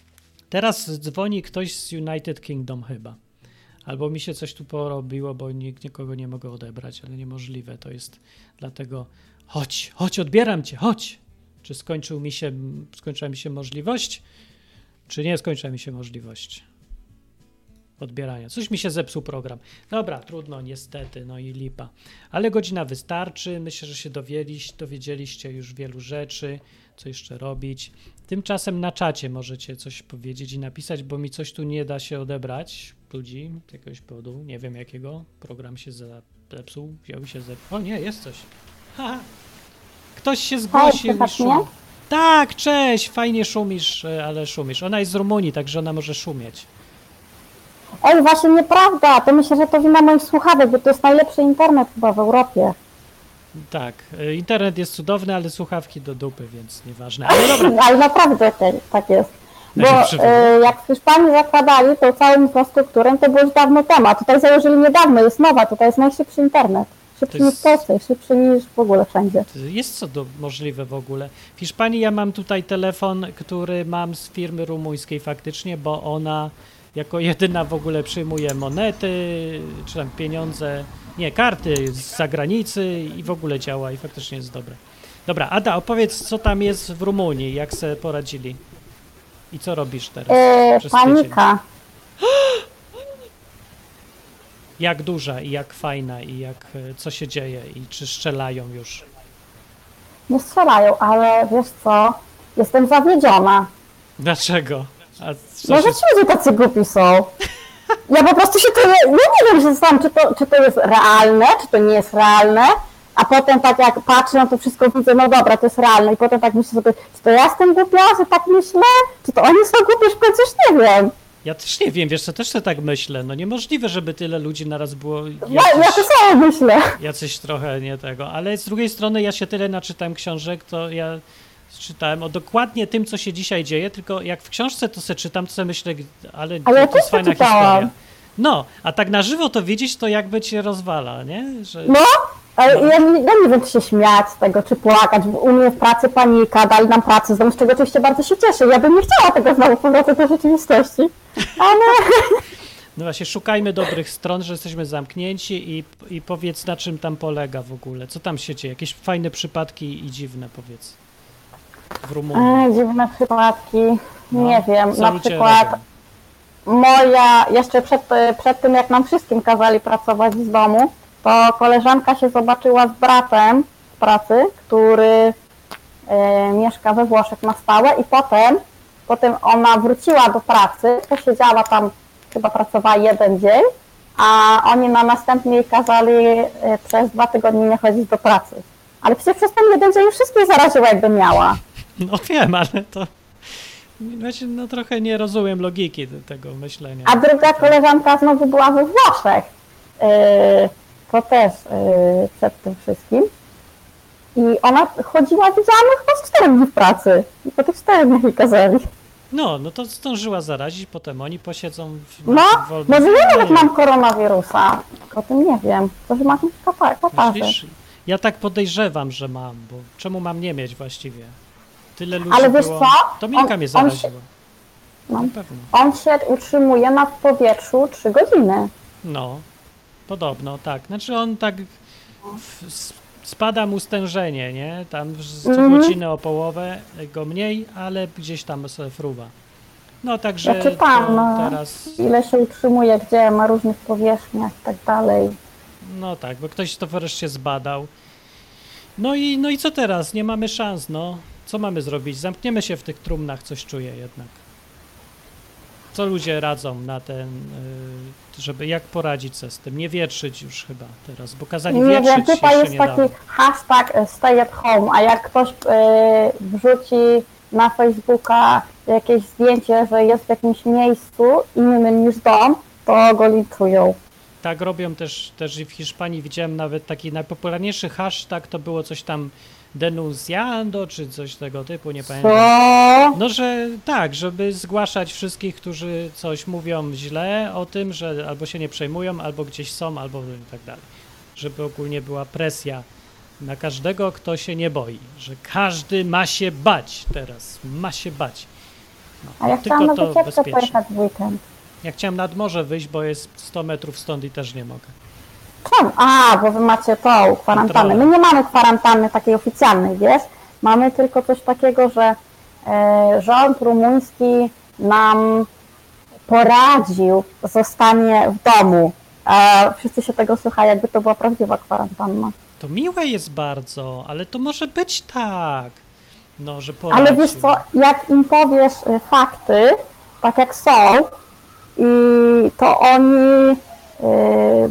Teraz dzwoni ktoś z United Kingdom chyba. Albo mi się coś tu porobiło, bo nikt nikogo nie mogę odebrać, ale niemożliwe to jest. Dlatego chodź, chodź, odbieram cię, chodź. Czy skończył mi się, skończyła mi się możliwość, czy nie skończyła mi się możliwość odbierania. Coś mi się zepsuł program. Dobra, trudno, niestety, no i lipa. Ale godzina wystarczy, myślę, że się dowiedzieliście, dowiedzieliście już wielu rzeczy, co jeszcze robić. Tymczasem na czacie możecie coś powiedzieć i napisać, bo mi coś tu nie da się odebrać ludzi z jakiegoś powodu, nie wiem jakiego, program się zepsuł, wziął się zepsuł. O nie, jest coś. Haha. Ktoś się zgłosił. Hej, szum... Tak, cześć, fajnie szumisz, ale szumisz. Ona jest z Rumunii, także ona może szumieć. Ej, właśnie nieprawda, to myślę, że to wina moich słuchawek, bo to jest najlepszy internet chyba w Europie. Tak, internet jest cudowny, ale słuchawki do dupy, więc nieważne. Ale dobra. Ale naprawdę tak jest. Bo e, jak w Hiszpanii zakładali tą całą infrastrukturę, to był już dawno temat. Tutaj założyli niedawno, jest nowa, tutaj jest najszybszy internet. Szybszy jest... niż w Polsce, szybszy niż w ogóle wszędzie. Jest co do możliwe w ogóle. W Hiszpanii ja mam tutaj telefon, który mam z firmy rumuńskiej faktycznie, bo ona jako jedyna w ogóle przyjmuje monety, czy tam pieniądze, nie, karty z zagranicy i w ogóle działa i faktycznie jest dobre. Dobra, Ada, opowiedz, co tam jest w Rumunii, jak se poradzili i co robisz teraz? Eee, panika. Jak duża i jak fajna i jak, co się dzieje i czy strzelają już? Nie strzelają, ale wiesz co, jestem zawiedziona. Dlaczego? A no, że ci ludzie tacy głupi są. Ja po prostu się to, ja nie wiem, że sam, czy to, czy to jest realne, czy to nie jest realne, a potem tak jak patrzę na to wszystko, widzę, no dobra, to jest realne i potem tak myślę sobie, czy to ja jestem głupia, że tak myślę, czy to oni są głupie, że przecież nie wiem. Ja też nie wiem, wiesz co, też sobie tak myślę, no niemożliwe, żeby tyle ludzi naraz było. Jacyś, ja, ja to samo myślę. Jacyś trochę nie tego, ale z drugiej strony ja się tyle naczytałem książek, to ja czytałem o dokładnie tym, co się dzisiaj dzieje, tylko jak w książce to se czytam, to sobie myślę, ale, ale ja to jest fajna historia. No, a tak na żywo to widzieć, to jakby cię rozwala, nie? Że... No, ale no. Ja, nie, ja nie wiem, czy się śmiać z tego, czy płakać. U mnie w pracy panika, dali nam pracę, z czego oczywiście bardzo się cieszę. Ja bym nie chciała tego znowu powracać do rzeczywistości, ale... No właśnie, szukajmy dobrych stron, że jesteśmy zamknięci i, i powiedz, na czym tam polega w ogóle. Co tam się dzieje? Jakieś fajne przypadki i dziwne, powiedz. W Rumunii. E, dziwne przypadki, no, nie wiem, na przykład robią? Moja, jeszcze przed, przed tym jak nam wszystkim kazali pracować z domu, to koleżanka się zobaczyła z bratem z pracy, który e, mieszka we Włoszech na stałe i potem, potem ona wróciła do pracy, posiedziała tam, chyba pracowała jeden dzień, a oni na następnie jej kazali e, przez dwa tygodnie nie chodzić do pracy. Ale przecież przez ten jeden dzień wszystkich zaraziła, jakby miała. No wiem, ale to właśnie no, trochę nie rozumiem logiki tego myślenia. A druga koleżanka znowu była we Włoszech. Yy, to też yy, przed tym wszystkim. I ona chodziła, widziałam chyba z czterech dni w pracy. I po tych czterech dniach jej kazali. No, no to zdążyła zarazić, potem oni posiedzą w No, może nie nawet mam koronawirusa. O tym nie wiem. To, że mam katarze. Ja tak podejrzewam, że mam, bo czemu mam nie mieć właściwie? Tyle ludzi ale wiesz było... co? Dominika mnie zaraziła. On się, no, na pewno. On się utrzymuje na powietrzu trzy godziny. No, podobno, tak. Znaczy on tak w, Spada mu stężenie, nie? Tam z Mhm. godziny o połowę go mniej, ale gdzieś tam sobie fruwa. No także Ja czytam, to no. teraz... Ile się utrzymuje, gdzie, na różnych powierzchniach i tak dalej. No tak, bo ktoś to wreszcie zbadał. No i, no i co teraz? Nie mamy szans, no. Co mamy zrobić? Zamkniemy się w tych trumnach, coś czuję jednak. Co ludzie radzą na ten, y, żeby jak poradzić sobie z tym? Nie wietrzyć już chyba teraz, bo kazali Nie wiem, wietrzyć chyba jeszcze jest taki niedawno. hashtag e, stay at home, a jak ktoś y, wrzuci na Facebooka jakieś zdjęcie, że jest w jakimś miejscu innym niż dom, to go linczują. Tak robią też, też i w Hiszpanii. Widziałem nawet taki najpopularniejszy hashtag, to było coś tam denunciando, czy coś tego typu, nie pamiętam. Co? No, że tak, żeby zgłaszać wszystkich, którzy coś mówią źle o tym, że albo się nie przejmują, albo gdzieś są, albo i tak dalej. Żeby ogólnie była presja na każdego, kto się nie boi, że każdy ma się bać teraz, ma się bać. No, A ja tylko chciałam na to wycieczkę bezpieczne. pojechać w weekend. Ja chciałem nad morze wyjść, bo jest sto metrów stąd i też nie mogę. Czemu? A, bo wy macie to, kwarantanny. My nie mamy kwarantanny takiej oficjalnej, wiesz? Mamy tylko coś takiego, że e, rząd rumuński nam poradził zostanie w domu. A wszyscy się tego słuchają, jakby to była prawdziwa kwarantanna. To miłe jest bardzo, ale to może być tak. No, że poradził. Ale wiesz co, jak im powiesz e, fakty, tak jak są, i to oni, e,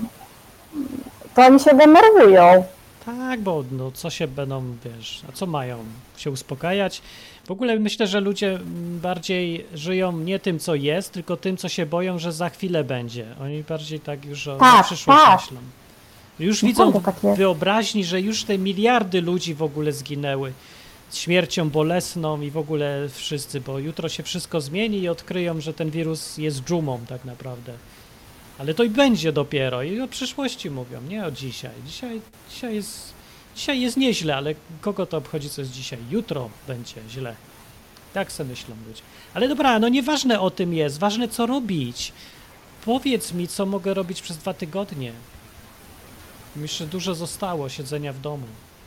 to oni się denerwują. Tak, bo no, co się będą, wiesz, a co mają się uspokajać? W ogóle myślę, że ludzie bardziej żyją nie tym, co jest, tylko tym, co się boją, że za chwilę będzie. Oni bardziej tak już o Tak, na przyszłość tak. myślą. Już Naprawdę widzą tak w jest. wyobraźni, że już te miliardy ludzi w ogóle zginęły śmiercią bolesną i w ogóle wszyscy, bo jutro się wszystko zmieni i odkryją, że ten wirus jest dżumą tak naprawdę. Ale to i będzie dopiero i o przyszłości mówią, nie o dzisiaj. Dzisiaj, dzisiaj, jest, dzisiaj jest nieźle, ale kogo to obchodzi, co jest dzisiaj? Jutro będzie źle. Tak se myślą ludzie. Ale dobra, no nieważne o tym jest, ważne co robić. Powiedz mi, co mogę robić przez dwa tygodnie. Jeszcze dużo zostało siedzenia w domu.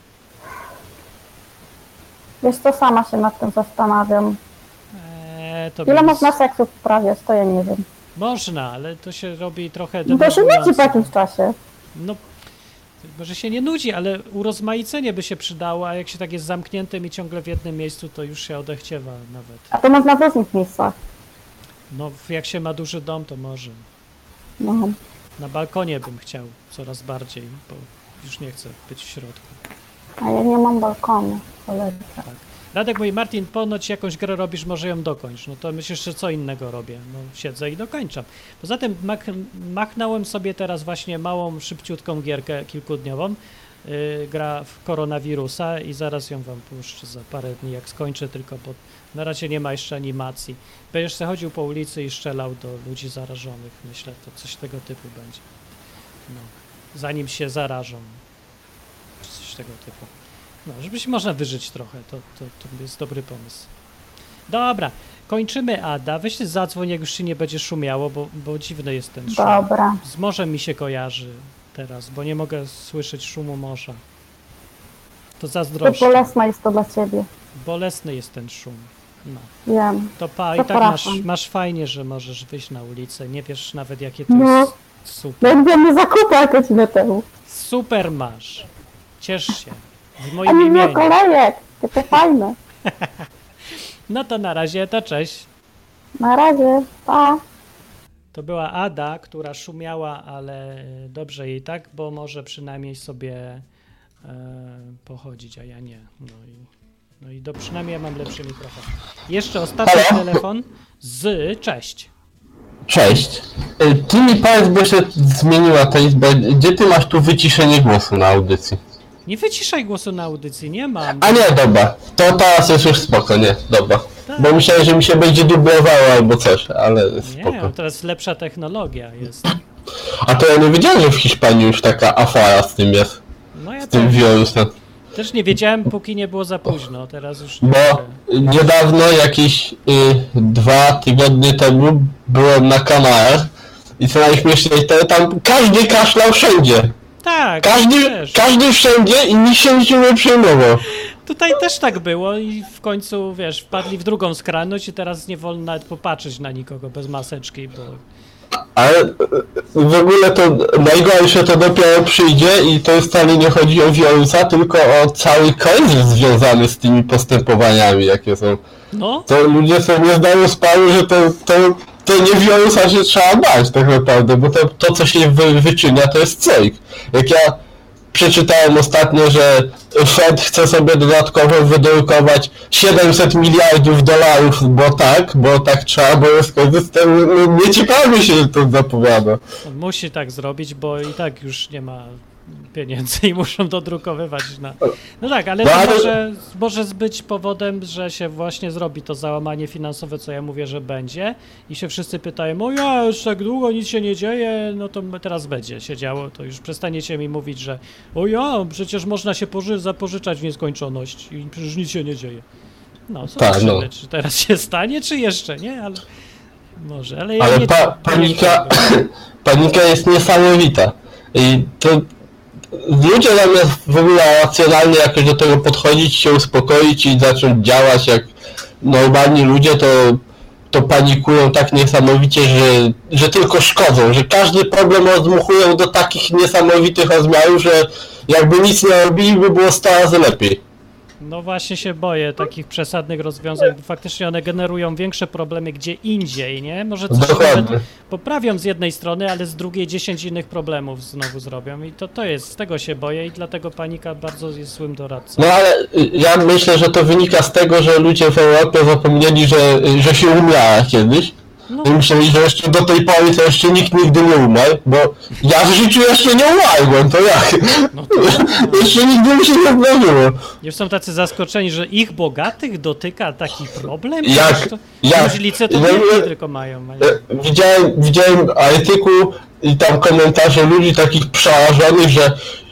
Wiesz co, sama się nad tym zastanawiam. Eee, to Ile więc- można seksu uprawiać, to ja nie wiem. Można, ale to się robi trochę No to się nudzi po denerwujące. jakimś czasie. No, może się nie nudzi, ale urozmaicenie by się przydało, a jak się tak jest zamkniętym i ciągle w jednym miejscu, to już się odechciewa nawet. A to można w różnych miejscach. No, jak się ma duży dom, to może. No. Na balkonie bym chciał coraz bardziej, bo już nie chcę być w środku. A ja nie mam balkonu. Cholera. Radek mówi, Martin, ponoć jakąś grę robisz, może ją dokończ. No to myślisz, że co innego robię? No siedzę i dokończam. Poza tym mach, machnąłem sobie teraz właśnie małą, szybciutką gierkę kilkudniową. Yy, gra w koronawirusa i zaraz ją wam puszczę za parę dni, jak skończę, tylko bo na razie nie ma jeszcze animacji. Będziesz sobie chodził po ulicy i strzelał do ludzi zarażonych. Myślę, to coś tego typu będzie. No, zanim się zarażą. Coś tego typu. No, żeby się można wyżyć trochę, to, to, to jest dobry pomysł. Dobra, kończymy, Ada. Weź ty zadzwoń, jak już się nie będzie szumiało, bo, bo dziwny jest ten szum. Dobra. Z morzem mi się kojarzy teraz, bo nie mogę słyszeć szumu morza. To To zazdroszczę. bolesne jest to dla ciebie. Bolesny jest ten szum. No. Wiem. To pa, i tak Przepraszam. masz, masz fajnie, że możesz wyjść na ulicę. Nie wiesz nawet, jakie to No. jest super. Będziemy zakupać godzinę temu. Super masz. Ciesz się. W A moim nie miał imieniu. kolejek. To fajne. No to na razie, to cześć. Na razie. Pa. To była Ada, która szumiała, ale dobrze jej tak, bo może przynajmniej sobie e, pochodzić, a ja nie. No i, no i do, przynajmniej ja mam lepszy mikrofon. Jeszcze ostatni Halo? telefon z... Cześć. Cześć. Y, Ty mi powiedz, bo się zmieniła ta izba. Gdzie ty masz tu wyciszenie głosu na audycji? Nie wyciszaj głosu na audycji, nie mam. A nie, dobra. To teraz jest już spoko, nie, dobra. Tak. Bo myślałem, że mi się będzie dublowało albo coś, ale Nie, spoko. teraz lepsza technologia jest. A to ja nie wiedziałem, że w Hiszpanii już taka afara z tym jest. No ja Z tym też, wirusem. też nie wiedziałem, póki nie było za późno, teraz już... Bo niedawno, jakieś y, dwa tygodnie temu, byłem na Kanarach i co najśmieszniejsze, tam każdy kaszlał wszędzie. Tak. Każdy, też. każdy wszędzie i nikt się niczym nie przejmował. Tutaj też tak było i w końcu, wiesz, wpadli w drugą skrajność i teraz nie wolno nawet popatrzeć na nikogo bez maseczki, bo... Ale w ogóle to najgorsze to dopiero przyjdzie i to wcale nie chodzi o wirusa, tylko o cały kryzys związany z tymi postępowaniami, jakie są. No. To ludzie sobie nie zdają sprawy, że to, to, to nie wirusa się trzeba bać tak naprawdę, bo to, to co się wy, wyczynia, to jest cyrk. Jak ja przeczytałem ostatnio, że Fed chce sobie dodatkowo wydrukować siedemset miliardów dolarów, bo tak, bo tak trzeba, bo jest kryzys, to nie ciekawie się to zapowiada. Musi tak zrobić, bo i tak już nie ma pieniędzy i muszą dodrukowywać na... No tak, ale no, to ale... może, może być powodem, że się właśnie zrobi to załamanie finansowe, co ja mówię, że będzie i się wszyscy pytają, o ja, już tak długo nic się nie dzieje, no to teraz będzie się działo, to już przestaniecie mi mówić, że o ja, przecież można się poży- zapożyczać w nieskończoność i przecież nic się nie dzieje. No, zobaczymy, tak, no. Czy teraz się stanie, czy jeszcze, nie? Ale może, ale ja ale nie... Pa- panika, panika jest niesamowita i to ludzie zamiast w ogóle racjonalnie jakoś do tego podchodzić, się uspokoić i zacząć działać jak normalni ludzie, to, to panikują tak niesamowicie, że, że tylko szkodzą, że każdy problem rozdmuchują do takich niesamowitych rozmiarów, że jakby nic nie robili, by było sto razy lepiej. No właśnie się boję takich przesadnych rozwiązań, bo faktycznie one generują większe problemy gdzie indziej, nie? Może coś nawet poprawią z jednej strony, ale z drugiej dziesięć innych problemów znowu zrobią i to, to jest, z tego się boję i dlatego panika bardzo jest złym doradcą. No ale ja myślę, że to wynika z tego, że ludzie w Europie zapomnieli, że, że się umiała kiedyś. No. I myśleli, że jeszcze do tej pory to jeszcze nikt nigdy nie umarł, bo ja w życiu jeszcze nie umarłem, to jak? No to, no. Jeszcze nigdy mi się nie zdarzyło. Już są tacy zaskoczeni, że ich bogatych dotyka taki problem? Jak? To, jak? Różnice to nie tylko mają. Ale... Widziałem, widziałem artykuł i tam komentarze ludzi takich przerażonych, że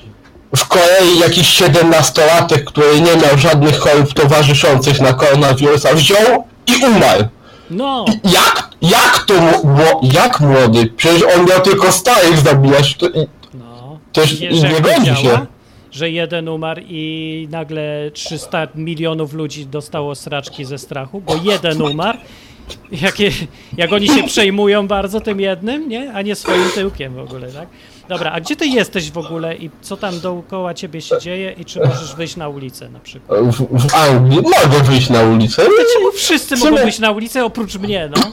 w Korei jakiś siedemnastolatek, który nie miał żadnych chorób towarzyszących na koronawirusa, wziął i umarł. No. Jak, jak to, jak młody? Przecież on miał tylko starych zabijać. To, no. Też nie, nie będzie się. Że jeden umarł i nagle trzysta milionów ludzi dostało sraczki ze strachu, bo jeden umarł. Jakie, jak oni się przejmują bardzo tym jednym, nie? A nie swoim tyłkiem w ogóle, tak? Dobra, a gdzie ty jesteś w ogóle i co tam dookoła ciebie się dzieje i czy możesz wyjść na ulicę na przykład? W, w Anglii mogę wyjść na ulicę. Dlaczego wszyscy mogą wyjść na ulicę oprócz mnie, no?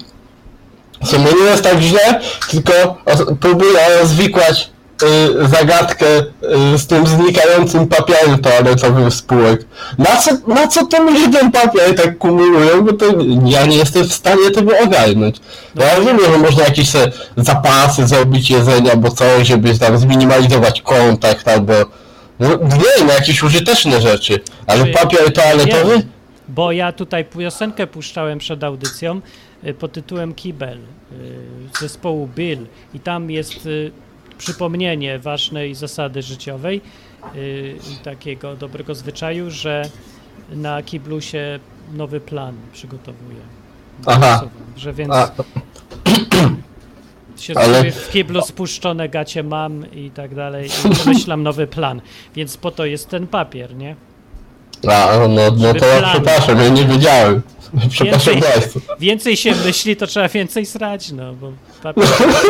Co mnie nie jest tak źle, tylko próbuję rozwikłać y, zagadkę y, z tym znikającym papierem toaletowym spółek. Na co, na co to ludzie ten papier tak kumulują, bo to ja nie jestem w stanie tego ogarnąć. No, ja rozumiem, że można jakieś sobie zapasy zrobić jedzenia, bo coś, żeby tam zminimalizować kontakt albo no, nie, no jakieś użyteczne rzeczy, ale Czy papier toaletowy? Nie, bo ja tutaj piosenkę puszczałem przed audycją pod tytułem Kibel z zespołu Bill i tam jest przypomnienie ważnej zasady życiowej i takiego dobrego zwyczaju, że na kiblu się nowy plan przygotowuje. Aha. Że więc A. się Ale... w kiblu spuszczone gacie mam i tak dalej i wymyślam nowy plan. Więc po to jest ten papier, nie? A, no, no to ja przepraszam, ja nie wiedziałem. Przepraszam więcej, bardzo. Więcej się myśli, to trzeba więcej srać, no bo papier...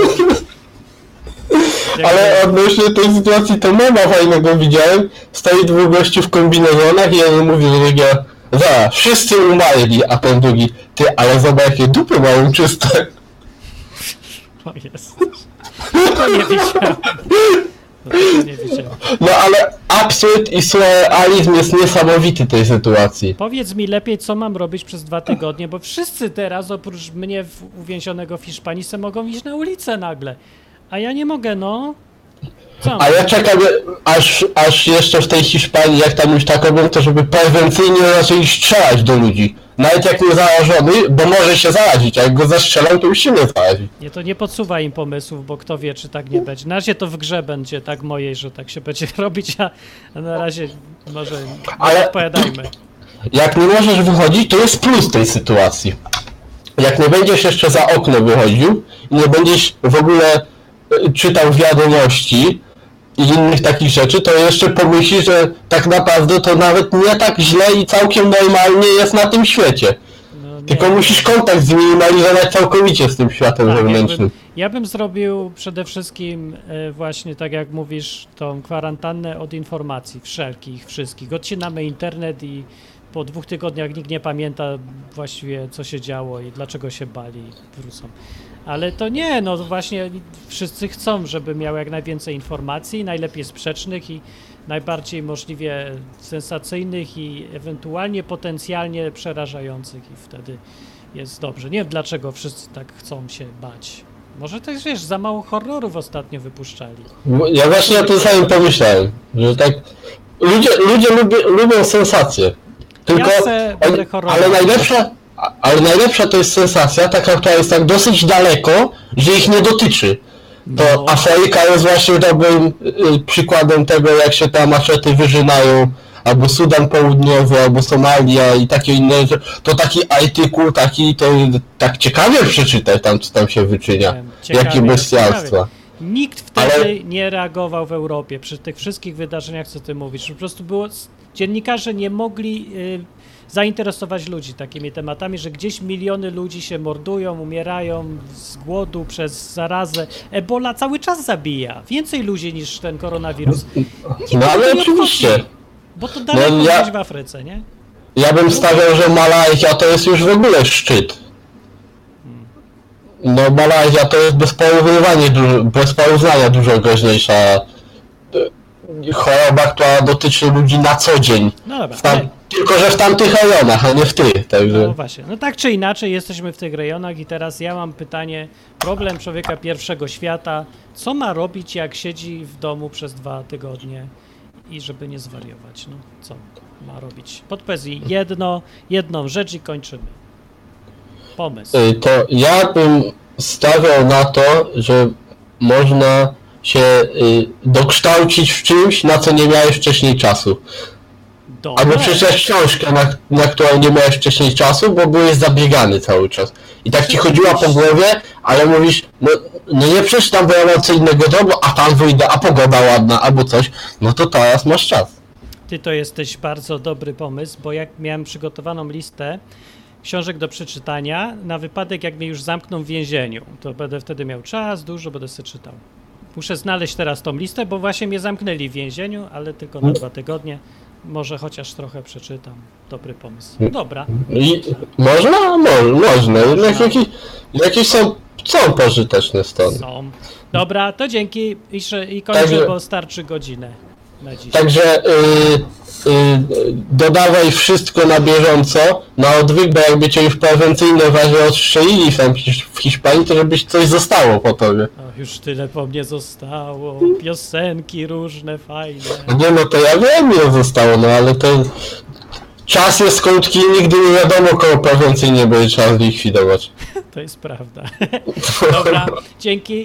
Ale odnośnie tej sytuacji to mema fajnego widziałem. Stoi dwóch gości w kombinezonach i jeden mówi do drugiego, za, wszyscy umarli, a ten drugi, ty, ale zobacz jakie dupy mają czyste. O jest. To nie widziałem. No, to nie widziałem. No ale absurd i surrealizm jest niesamowity tej sytuacji. Powiedz mi lepiej, co mam robić przez dwa tygodnie, bo wszyscy teraz, oprócz mnie uwięzionego w Hiszpanii, se mogą iść na ulicę nagle. A ja nie mogę, no. Co? A ja czekam, aż, aż jeszcze w tej Hiszpanii, jak tam już tak robią, to żeby prewencyjnie zaczęli strzelać do ludzi. Nawet jak nie zarażony, bo może się zarazić, a jak go zastrzelą, to już się nie zarazi. Nie, to nie podsuwa im pomysłów, bo kto wie, czy tak nie będzie. Na razie to w grze będzie tak mojej, że tak się będzie robić, a na razie może Ale odpowiadajmy. Jak nie możesz wychodzić, to jest plus tej sytuacji. Jak nie będziesz jeszcze za okno wychodził i nie będziesz w ogóle czytał wiadomości, i innych takich rzeczy, to jeszcze pomyśli, że tak naprawdę to nawet nie tak źle i całkiem normalnie jest na tym świecie. No, tylko musisz kontakt zminimalizować całkowicie z tym światem tak, zewnętrznym. Ja bym, ja bym zrobił przede wszystkim e, właśnie tak jak mówisz, tą kwarantannę od informacji wszelkich, wszystkich. Odcinamy internet i po dwóch tygodniach nikt nie pamięta właściwie co się działo i dlaczego się bali, wrócą. Ale to nie, no właśnie wszyscy chcą, żeby miał jak najwięcej informacji, najlepiej sprzecznych i najbardziej możliwie sensacyjnych i ewentualnie potencjalnie przerażających i wtedy jest dobrze. Nie wiem dlaczego wszyscy tak chcą się bać. Może to jest, wiesz, za mało horrorów ostatnio wypuszczali. Ja właśnie o tym samym pomyślałem, że tak ludzie, ludzie lubią, lubią sensacje. Tylko, ja będę ale najlepsza Ale najlepsza to jest sensacja, taka, która jest tak dosyć daleko, że ich nie dotyczy. To no. Afryka jest właśnie dobrym y, przykładem tego, jak się te maczety wyżynają, albo Sudan Południowy, albo Somalia i takie inne, to taki artykuł, taki, to tak ciekawie przeczytać tam, co tam się wyczynia. Ciekawie, jakie bestialstwa. Ciekawie. Nikt wtedy Ale... nie reagował w Europie przy tych wszystkich wydarzeniach, co ty mówisz. Po prostu było, dziennikarze nie mogli... Y, zainteresować ludzi takimi tematami, że gdzieś miliony ludzi się mordują, umierają z głodu, przez zarazę. Ebola cały czas zabija. Więcej ludzi niż ten koronawirus. I no ale oczywiście. Odchodzi, bo to daleko no, ja, gdzieś w Afryce, nie? Ja bym stawiał, że Malajzja to jest już w ogóle szczyt. No Malajzja to jest bez porównywania, bez porównania dużo groźniejsza choroba, która dotyczy ludzi na co dzień. No dobra, tam, ale... Tylko, że w tamtych rejonach, a nie w tych. Także... No właśnie. No tak czy inaczej jesteśmy w tych rejonach i teraz ja mam pytanie, problem człowieka pierwszego świata, co ma robić, jak siedzi w domu przez dwa tygodnie i żeby nie zwariować? No co ma robić? Podpowiedz jedno, jedną rzecz i kończymy. Pomysł. To ja bym stawiał na to, że można się y, dokształcić w czymś, na co nie miałeś wcześniej czasu. Dobre. Albo przeczytać książkę, na, na którą nie miałeś wcześniej czasu, bo byłeś zabiegany cały czas. I tak ci chodziła po głowie, ale mówisz, no, no nie przeczytam, bo ja mam co innego domu, a tam wyjdę, a pogoda ładna, albo coś, no to teraz masz czas. Ty to jesteś bardzo dobry pomysł, bo jak miałem przygotowaną listę książek do przeczytania, na wypadek jak mnie już zamkną w więzieniu, to będę wtedy miał czas, dużo będę sobie czytał. Muszę znaleźć teraz tą listę, bo właśnie mnie zamknęli w więzieniu, ale tylko na dwa tygodnie. Może chociaż trochę przeczytam. Dobry pomysł. Dobra. I można? Mo, można. Jednak jakieś, jakieś są, są pożyteczne strony. Są. Dobra, to dzięki i, i kończę, także, bo starczy godzinę na dziś. Także yy, yy, dodawaj wszystko na bieżąco, na odwyk, bo jakby cię już prewencyjnie w razie odstrzelili tam w Hiszpanii, to żebyś coś zostało po tobie. O, już tyle po mnie zostało. Piosenki różne, fajne. Nie no, to ja wiem, ile zostało, no ale to... Czas jest krótki i nigdy nie wiadomo, kogo prewencyjnie będzie trzeba zlikwidować. To jest prawda. Dobra, dzięki.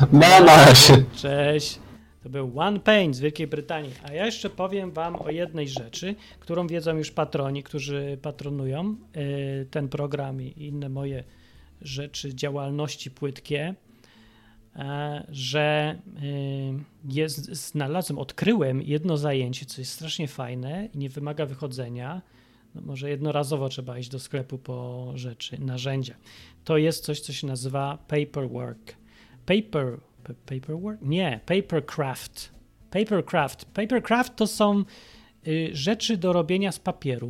Na się. Cześć. To był One Pain z Wielkiej Brytanii. A ja jeszcze powiem wam o jednej rzeczy, którą wiedzą już patroni, którzy patronują yy, ten program i inne moje rzeczy, działalności płytkie, yy, że yy, jest, znalazłem, odkryłem jedno zajęcie, co jest strasznie fajne i nie wymaga wychodzenia. No może jednorazowo trzeba iść do sklepu po rzeczy, narzędzia. To jest coś, co się nazywa paperwork. Paper Paperwork? Nie, papercraft. Papercraft. Papercraft to są y, rzeczy do robienia z papieru.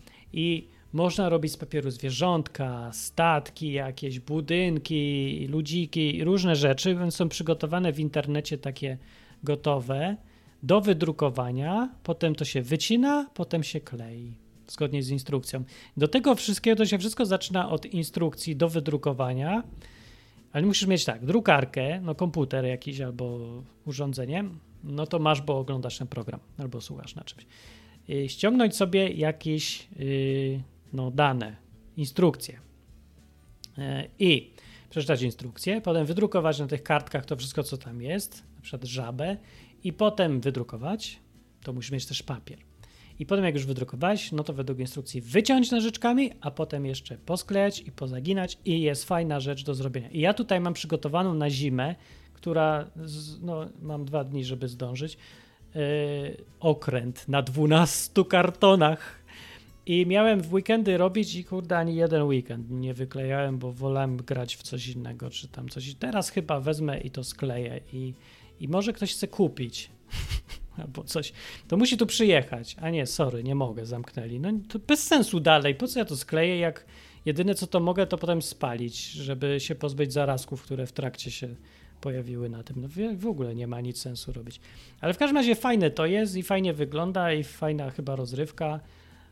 I można robić z papieru zwierzątka, statki, jakieś budynki, ludziki, różne rzeczy. Są przygotowane w internecie takie gotowe do wydrukowania. Potem to się wycina, potem się klei. Zgodnie z instrukcją. Do tego wszystkiego to się wszystko zaczyna od instrukcji do wydrukowania. Ale musisz mieć tak, drukarkę, no komputer jakiś albo urządzenie, no to masz, bo oglądasz ten program albo słuchasz na czymś. Yy, ściągnąć sobie jakieś yy, no, dane, instrukcje yy, i przeczytać instrukcję, potem wydrukować na tych kartkach to wszystko, co tam jest, na przykład żabę i potem wydrukować, to musisz mieć też papier. I potem jak już wydrukowałeś, no to według instrukcji wyciąć nożyczkami, a potem jeszcze posklejać i pozaginać i jest fajna rzecz do zrobienia. I ja tutaj mam przygotowaną na zimę, która, z, no mam dwa dni, żeby zdążyć, yy, okręt na dwunastu kartonach. I miałem w weekendy robić i kurde, ani jeden weekend nie wyklejałem, bo wolałem grać w coś innego, czy tam coś. I teraz chyba wezmę i to skleję i, i może ktoś chce kupić albo coś, to musi tu przyjechać. A nie, sorry, nie mogę, zamknęli. No to bez sensu dalej, po co ja to skleję, jak jedyne co to mogę, to potem spalić, żeby się pozbyć zarazków, które w trakcie się pojawiły na tym. No w, w ogóle nie ma nic sensu robić. Ale w każdym razie fajne to jest i fajnie wygląda i fajna chyba rozrywka.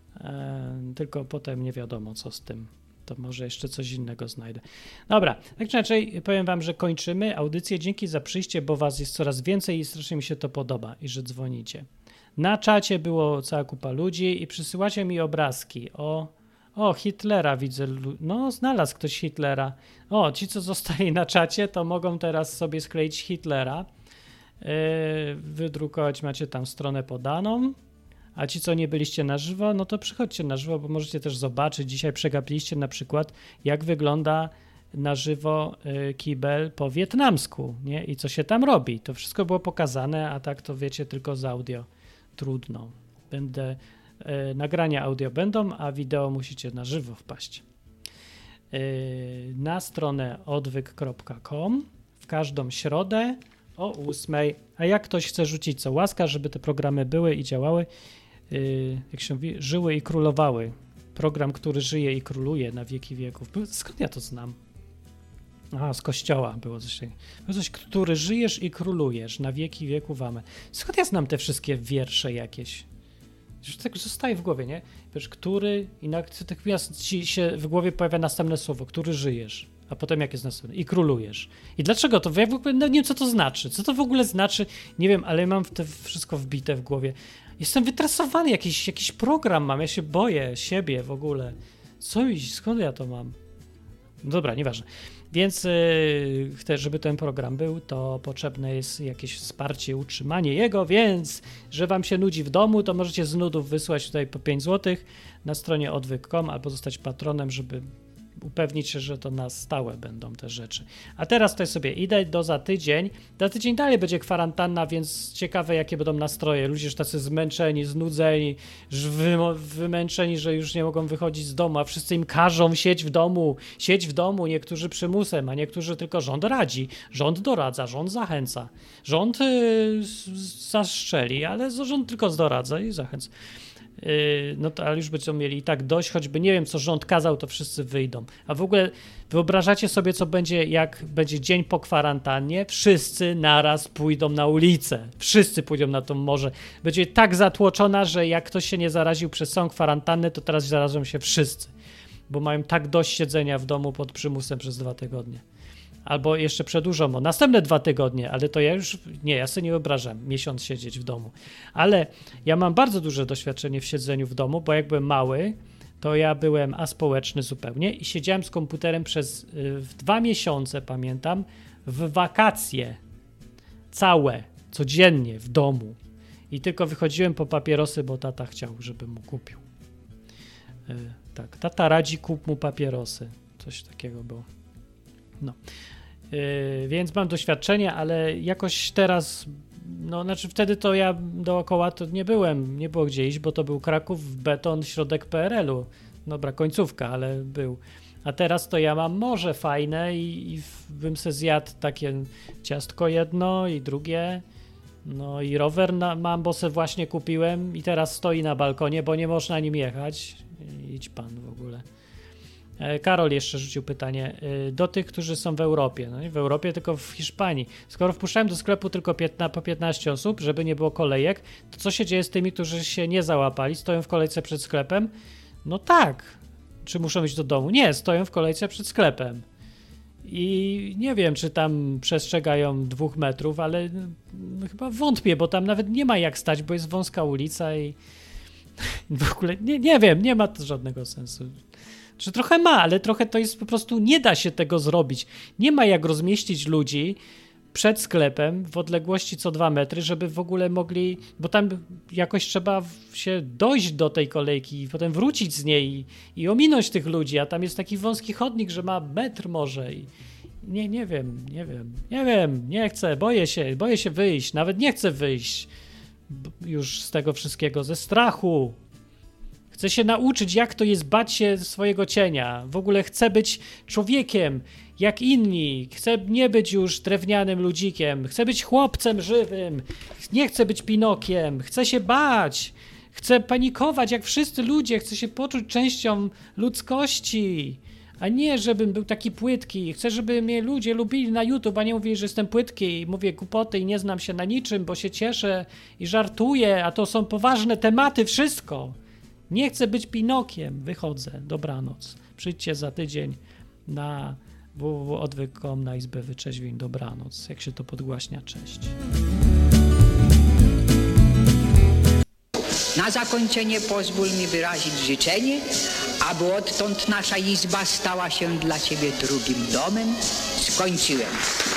Tylko potem nie wiadomo co z tym, to może jeszcze coś innego znajdę. Dobra, tak czy inaczej powiem wam, że kończymy audycję. Dzięki za przyjście, bo was jest coraz więcej i strasznie mi się to podoba i że dzwonicie. Na czacie było cała kupa ludzi i przysyłacie mi obrazki o, o Hitlera widzę, no znalazł ktoś Hitlera. O, ci co zostali na czacie, to mogą teraz sobie skleić Hitlera, yy, wydrukować, macie tam stronę podaną. A ci, co nie byliście na żywo, no to przychodźcie na żywo, bo możecie też zobaczyć. Dzisiaj przegapiliście na przykład, jak wygląda na żywo kibel po wietnamsku, nie? I co się tam robi. To wszystko było pokazane, a tak to wiecie tylko z audio. Trudno. Będę, e, nagrania audio będą, a wideo musicie na żywo wpaść. E, na stronę odwyk kropka com w każdą środę o ósmej. A jak ktoś chce rzucić co łaska, żeby te programy były i działały, Yy, jak się mówi, żyły i królowały. Program, który żyje i króluje na wieki wieków. Skąd ja to znam? Aha, z kościoła było coś takiego. Było coś, który żyjesz i królujesz na wieki wieków. Amen. Skąd ja znam te wszystkie wiersze jakieś? Już tak zostaje w głowie, nie? Wiesz, który, i na tak ci się w głowie pojawia następne słowo, który żyjesz, a potem jak jest następne? I królujesz. I dlaczego to? Ja w ogóle nie wiem, co to znaczy. Co to w ogóle znaczy? Nie wiem, ale mam to wszystko wbite w głowie. Jestem wytresowany, jakiś, jakiś program mam, ja się boję siebie w ogóle. Co mi, skąd ja to mam? Dobra, nieważne. Więc yy, chcę, żeby ten program był, to potrzebne jest jakieś wsparcie, utrzymanie jego, więc, że wam się nudzi w domu, to możecie z nudów wysłać tutaj po pięć złotych na stronie odwyk kropka com albo zostać patronem, żeby upewnić się, że to na stałe będą te rzeczy. A teraz tutaj sobie idę do za tydzień. Za tydzień dalej będzie kwarantanna, więc ciekawe jakie będą nastroje. Ludzie już tacy zmęczeni, znudzeni, wy- wymęczeni, że już nie mogą wychodzić z domu, a wszyscy im każą siedź w domu, siedź w domu, niektórzy przymusem, a niektórzy tylko rząd radzi, rząd doradza, rząd zachęca. Rząd yy, zastrzeli, ale rząd tylko doradza i zachęca. Yy, no to ale już będą mieli i tak dość, choćby nie wiem co rząd kazał, to wszyscy wyjdą. A w ogóle wyobrażacie sobie co będzie, jak będzie dzień po kwarantannie, wszyscy naraz pójdą na ulicę, wszyscy pójdą na to morze, będzie tak zatłoczona, że jak ktoś się nie zaraził przez całą kwarantannę, to teraz zarażą się wszyscy, bo mają tak dość siedzenia w domu pod przymusem przez dwa tygodnie. Albo jeszcze przedłużą o następne dwa tygodnie, ale to ja już, nie, ja sobie nie wyobrażam miesiąc siedzieć w domu. Ale ja mam bardzo duże doświadczenie w siedzeniu w domu, bo jak byłem mały, to ja byłem aspołeczny zupełnie i siedziałem z komputerem przez y, dwa miesiące, pamiętam, w wakacje. Całe, codziennie w domu. I tylko wychodziłem po papierosy, bo tata chciał, żebym mu kupił. Y, tak, tata radzi, kup mu papierosy. Coś takiego było. No. Yy, więc mam doświadczenie, ale jakoś teraz, no znaczy wtedy to ja dookoła to nie byłem, nie było gdzie iść, bo to był Kraków, beton, środek P R L u. Dobra, końcówka, ale był. A teraz to ja mam morze fajne i, i bym se zjadł takie ciastko jedno i drugie, no i rower na, mam, bo se właśnie kupiłem i teraz stoi na balkonie, bo nie można nim jechać. Idź pan w ogóle. Karol jeszcze rzucił pytanie do tych, którzy są w Europie. No nie w Europie, tylko w Hiszpanii. Skoro wpuszczałem do sklepu tylko piętnaście, po piętnaście osób, żeby nie było kolejek, to co się dzieje z tymi, którzy się nie załapali? Stoją w kolejce przed sklepem? No tak. Czy muszą iść do domu? Nie, stoją w kolejce przed sklepem. I nie wiem, czy tam przestrzegają dwóch metrów, ale no, chyba wątpię, bo tam nawet nie ma jak stać, bo jest wąska ulica i w ogóle nie, nie wiem, nie ma to żadnego sensu. Czy trochę ma, ale trochę to jest po prostu, nie da się tego zrobić. Nie ma jak rozmieścić ludzi przed sklepem w odległości co dwa metry, żeby w ogóle mogli, bo tam jakoś trzeba się dojść do tej kolejki i potem wrócić z niej i, i ominąć tych ludzi, a tam jest taki wąski chodnik, że ma metr może i, Nie, nie wiem, nie wiem, nie wiem, nie chcę, boję się, boję się wyjść, nawet nie chcę wyjść już z tego wszystkiego, ze strachu. Chcę się nauczyć, jak to jest bać się swojego cienia. W ogóle chcę być człowiekiem, jak inni. Chcę nie być już drewnianym ludzikiem. Chcę być chłopcem żywym. Nie chcę być Pinokiem. Chcę się bać. Chcę panikować, jak wszyscy ludzie. Chcę się poczuć częścią ludzkości. A nie, żebym był taki płytki. Chcę, żeby mnie ludzie lubili na YouTube, a nie mówili, że jestem płytki i mówię głupoty i nie znam się na niczym, bo się cieszę i żartuję, a to są poważne tematy, wszystko. Nie chcę być Pinokiem. Wychodzę. Dobranoc. Przyjdźcie za tydzień na w w w kropka odwyk kropka com na Izbę Wyczeźwień. Dobranoc. Jak się to podgłaśnia. Cześć. Na zakończenie pozwól mi wyrazić życzenie, aby odtąd nasza izba stała się dla Ciebie drugim domem. Skończyłem.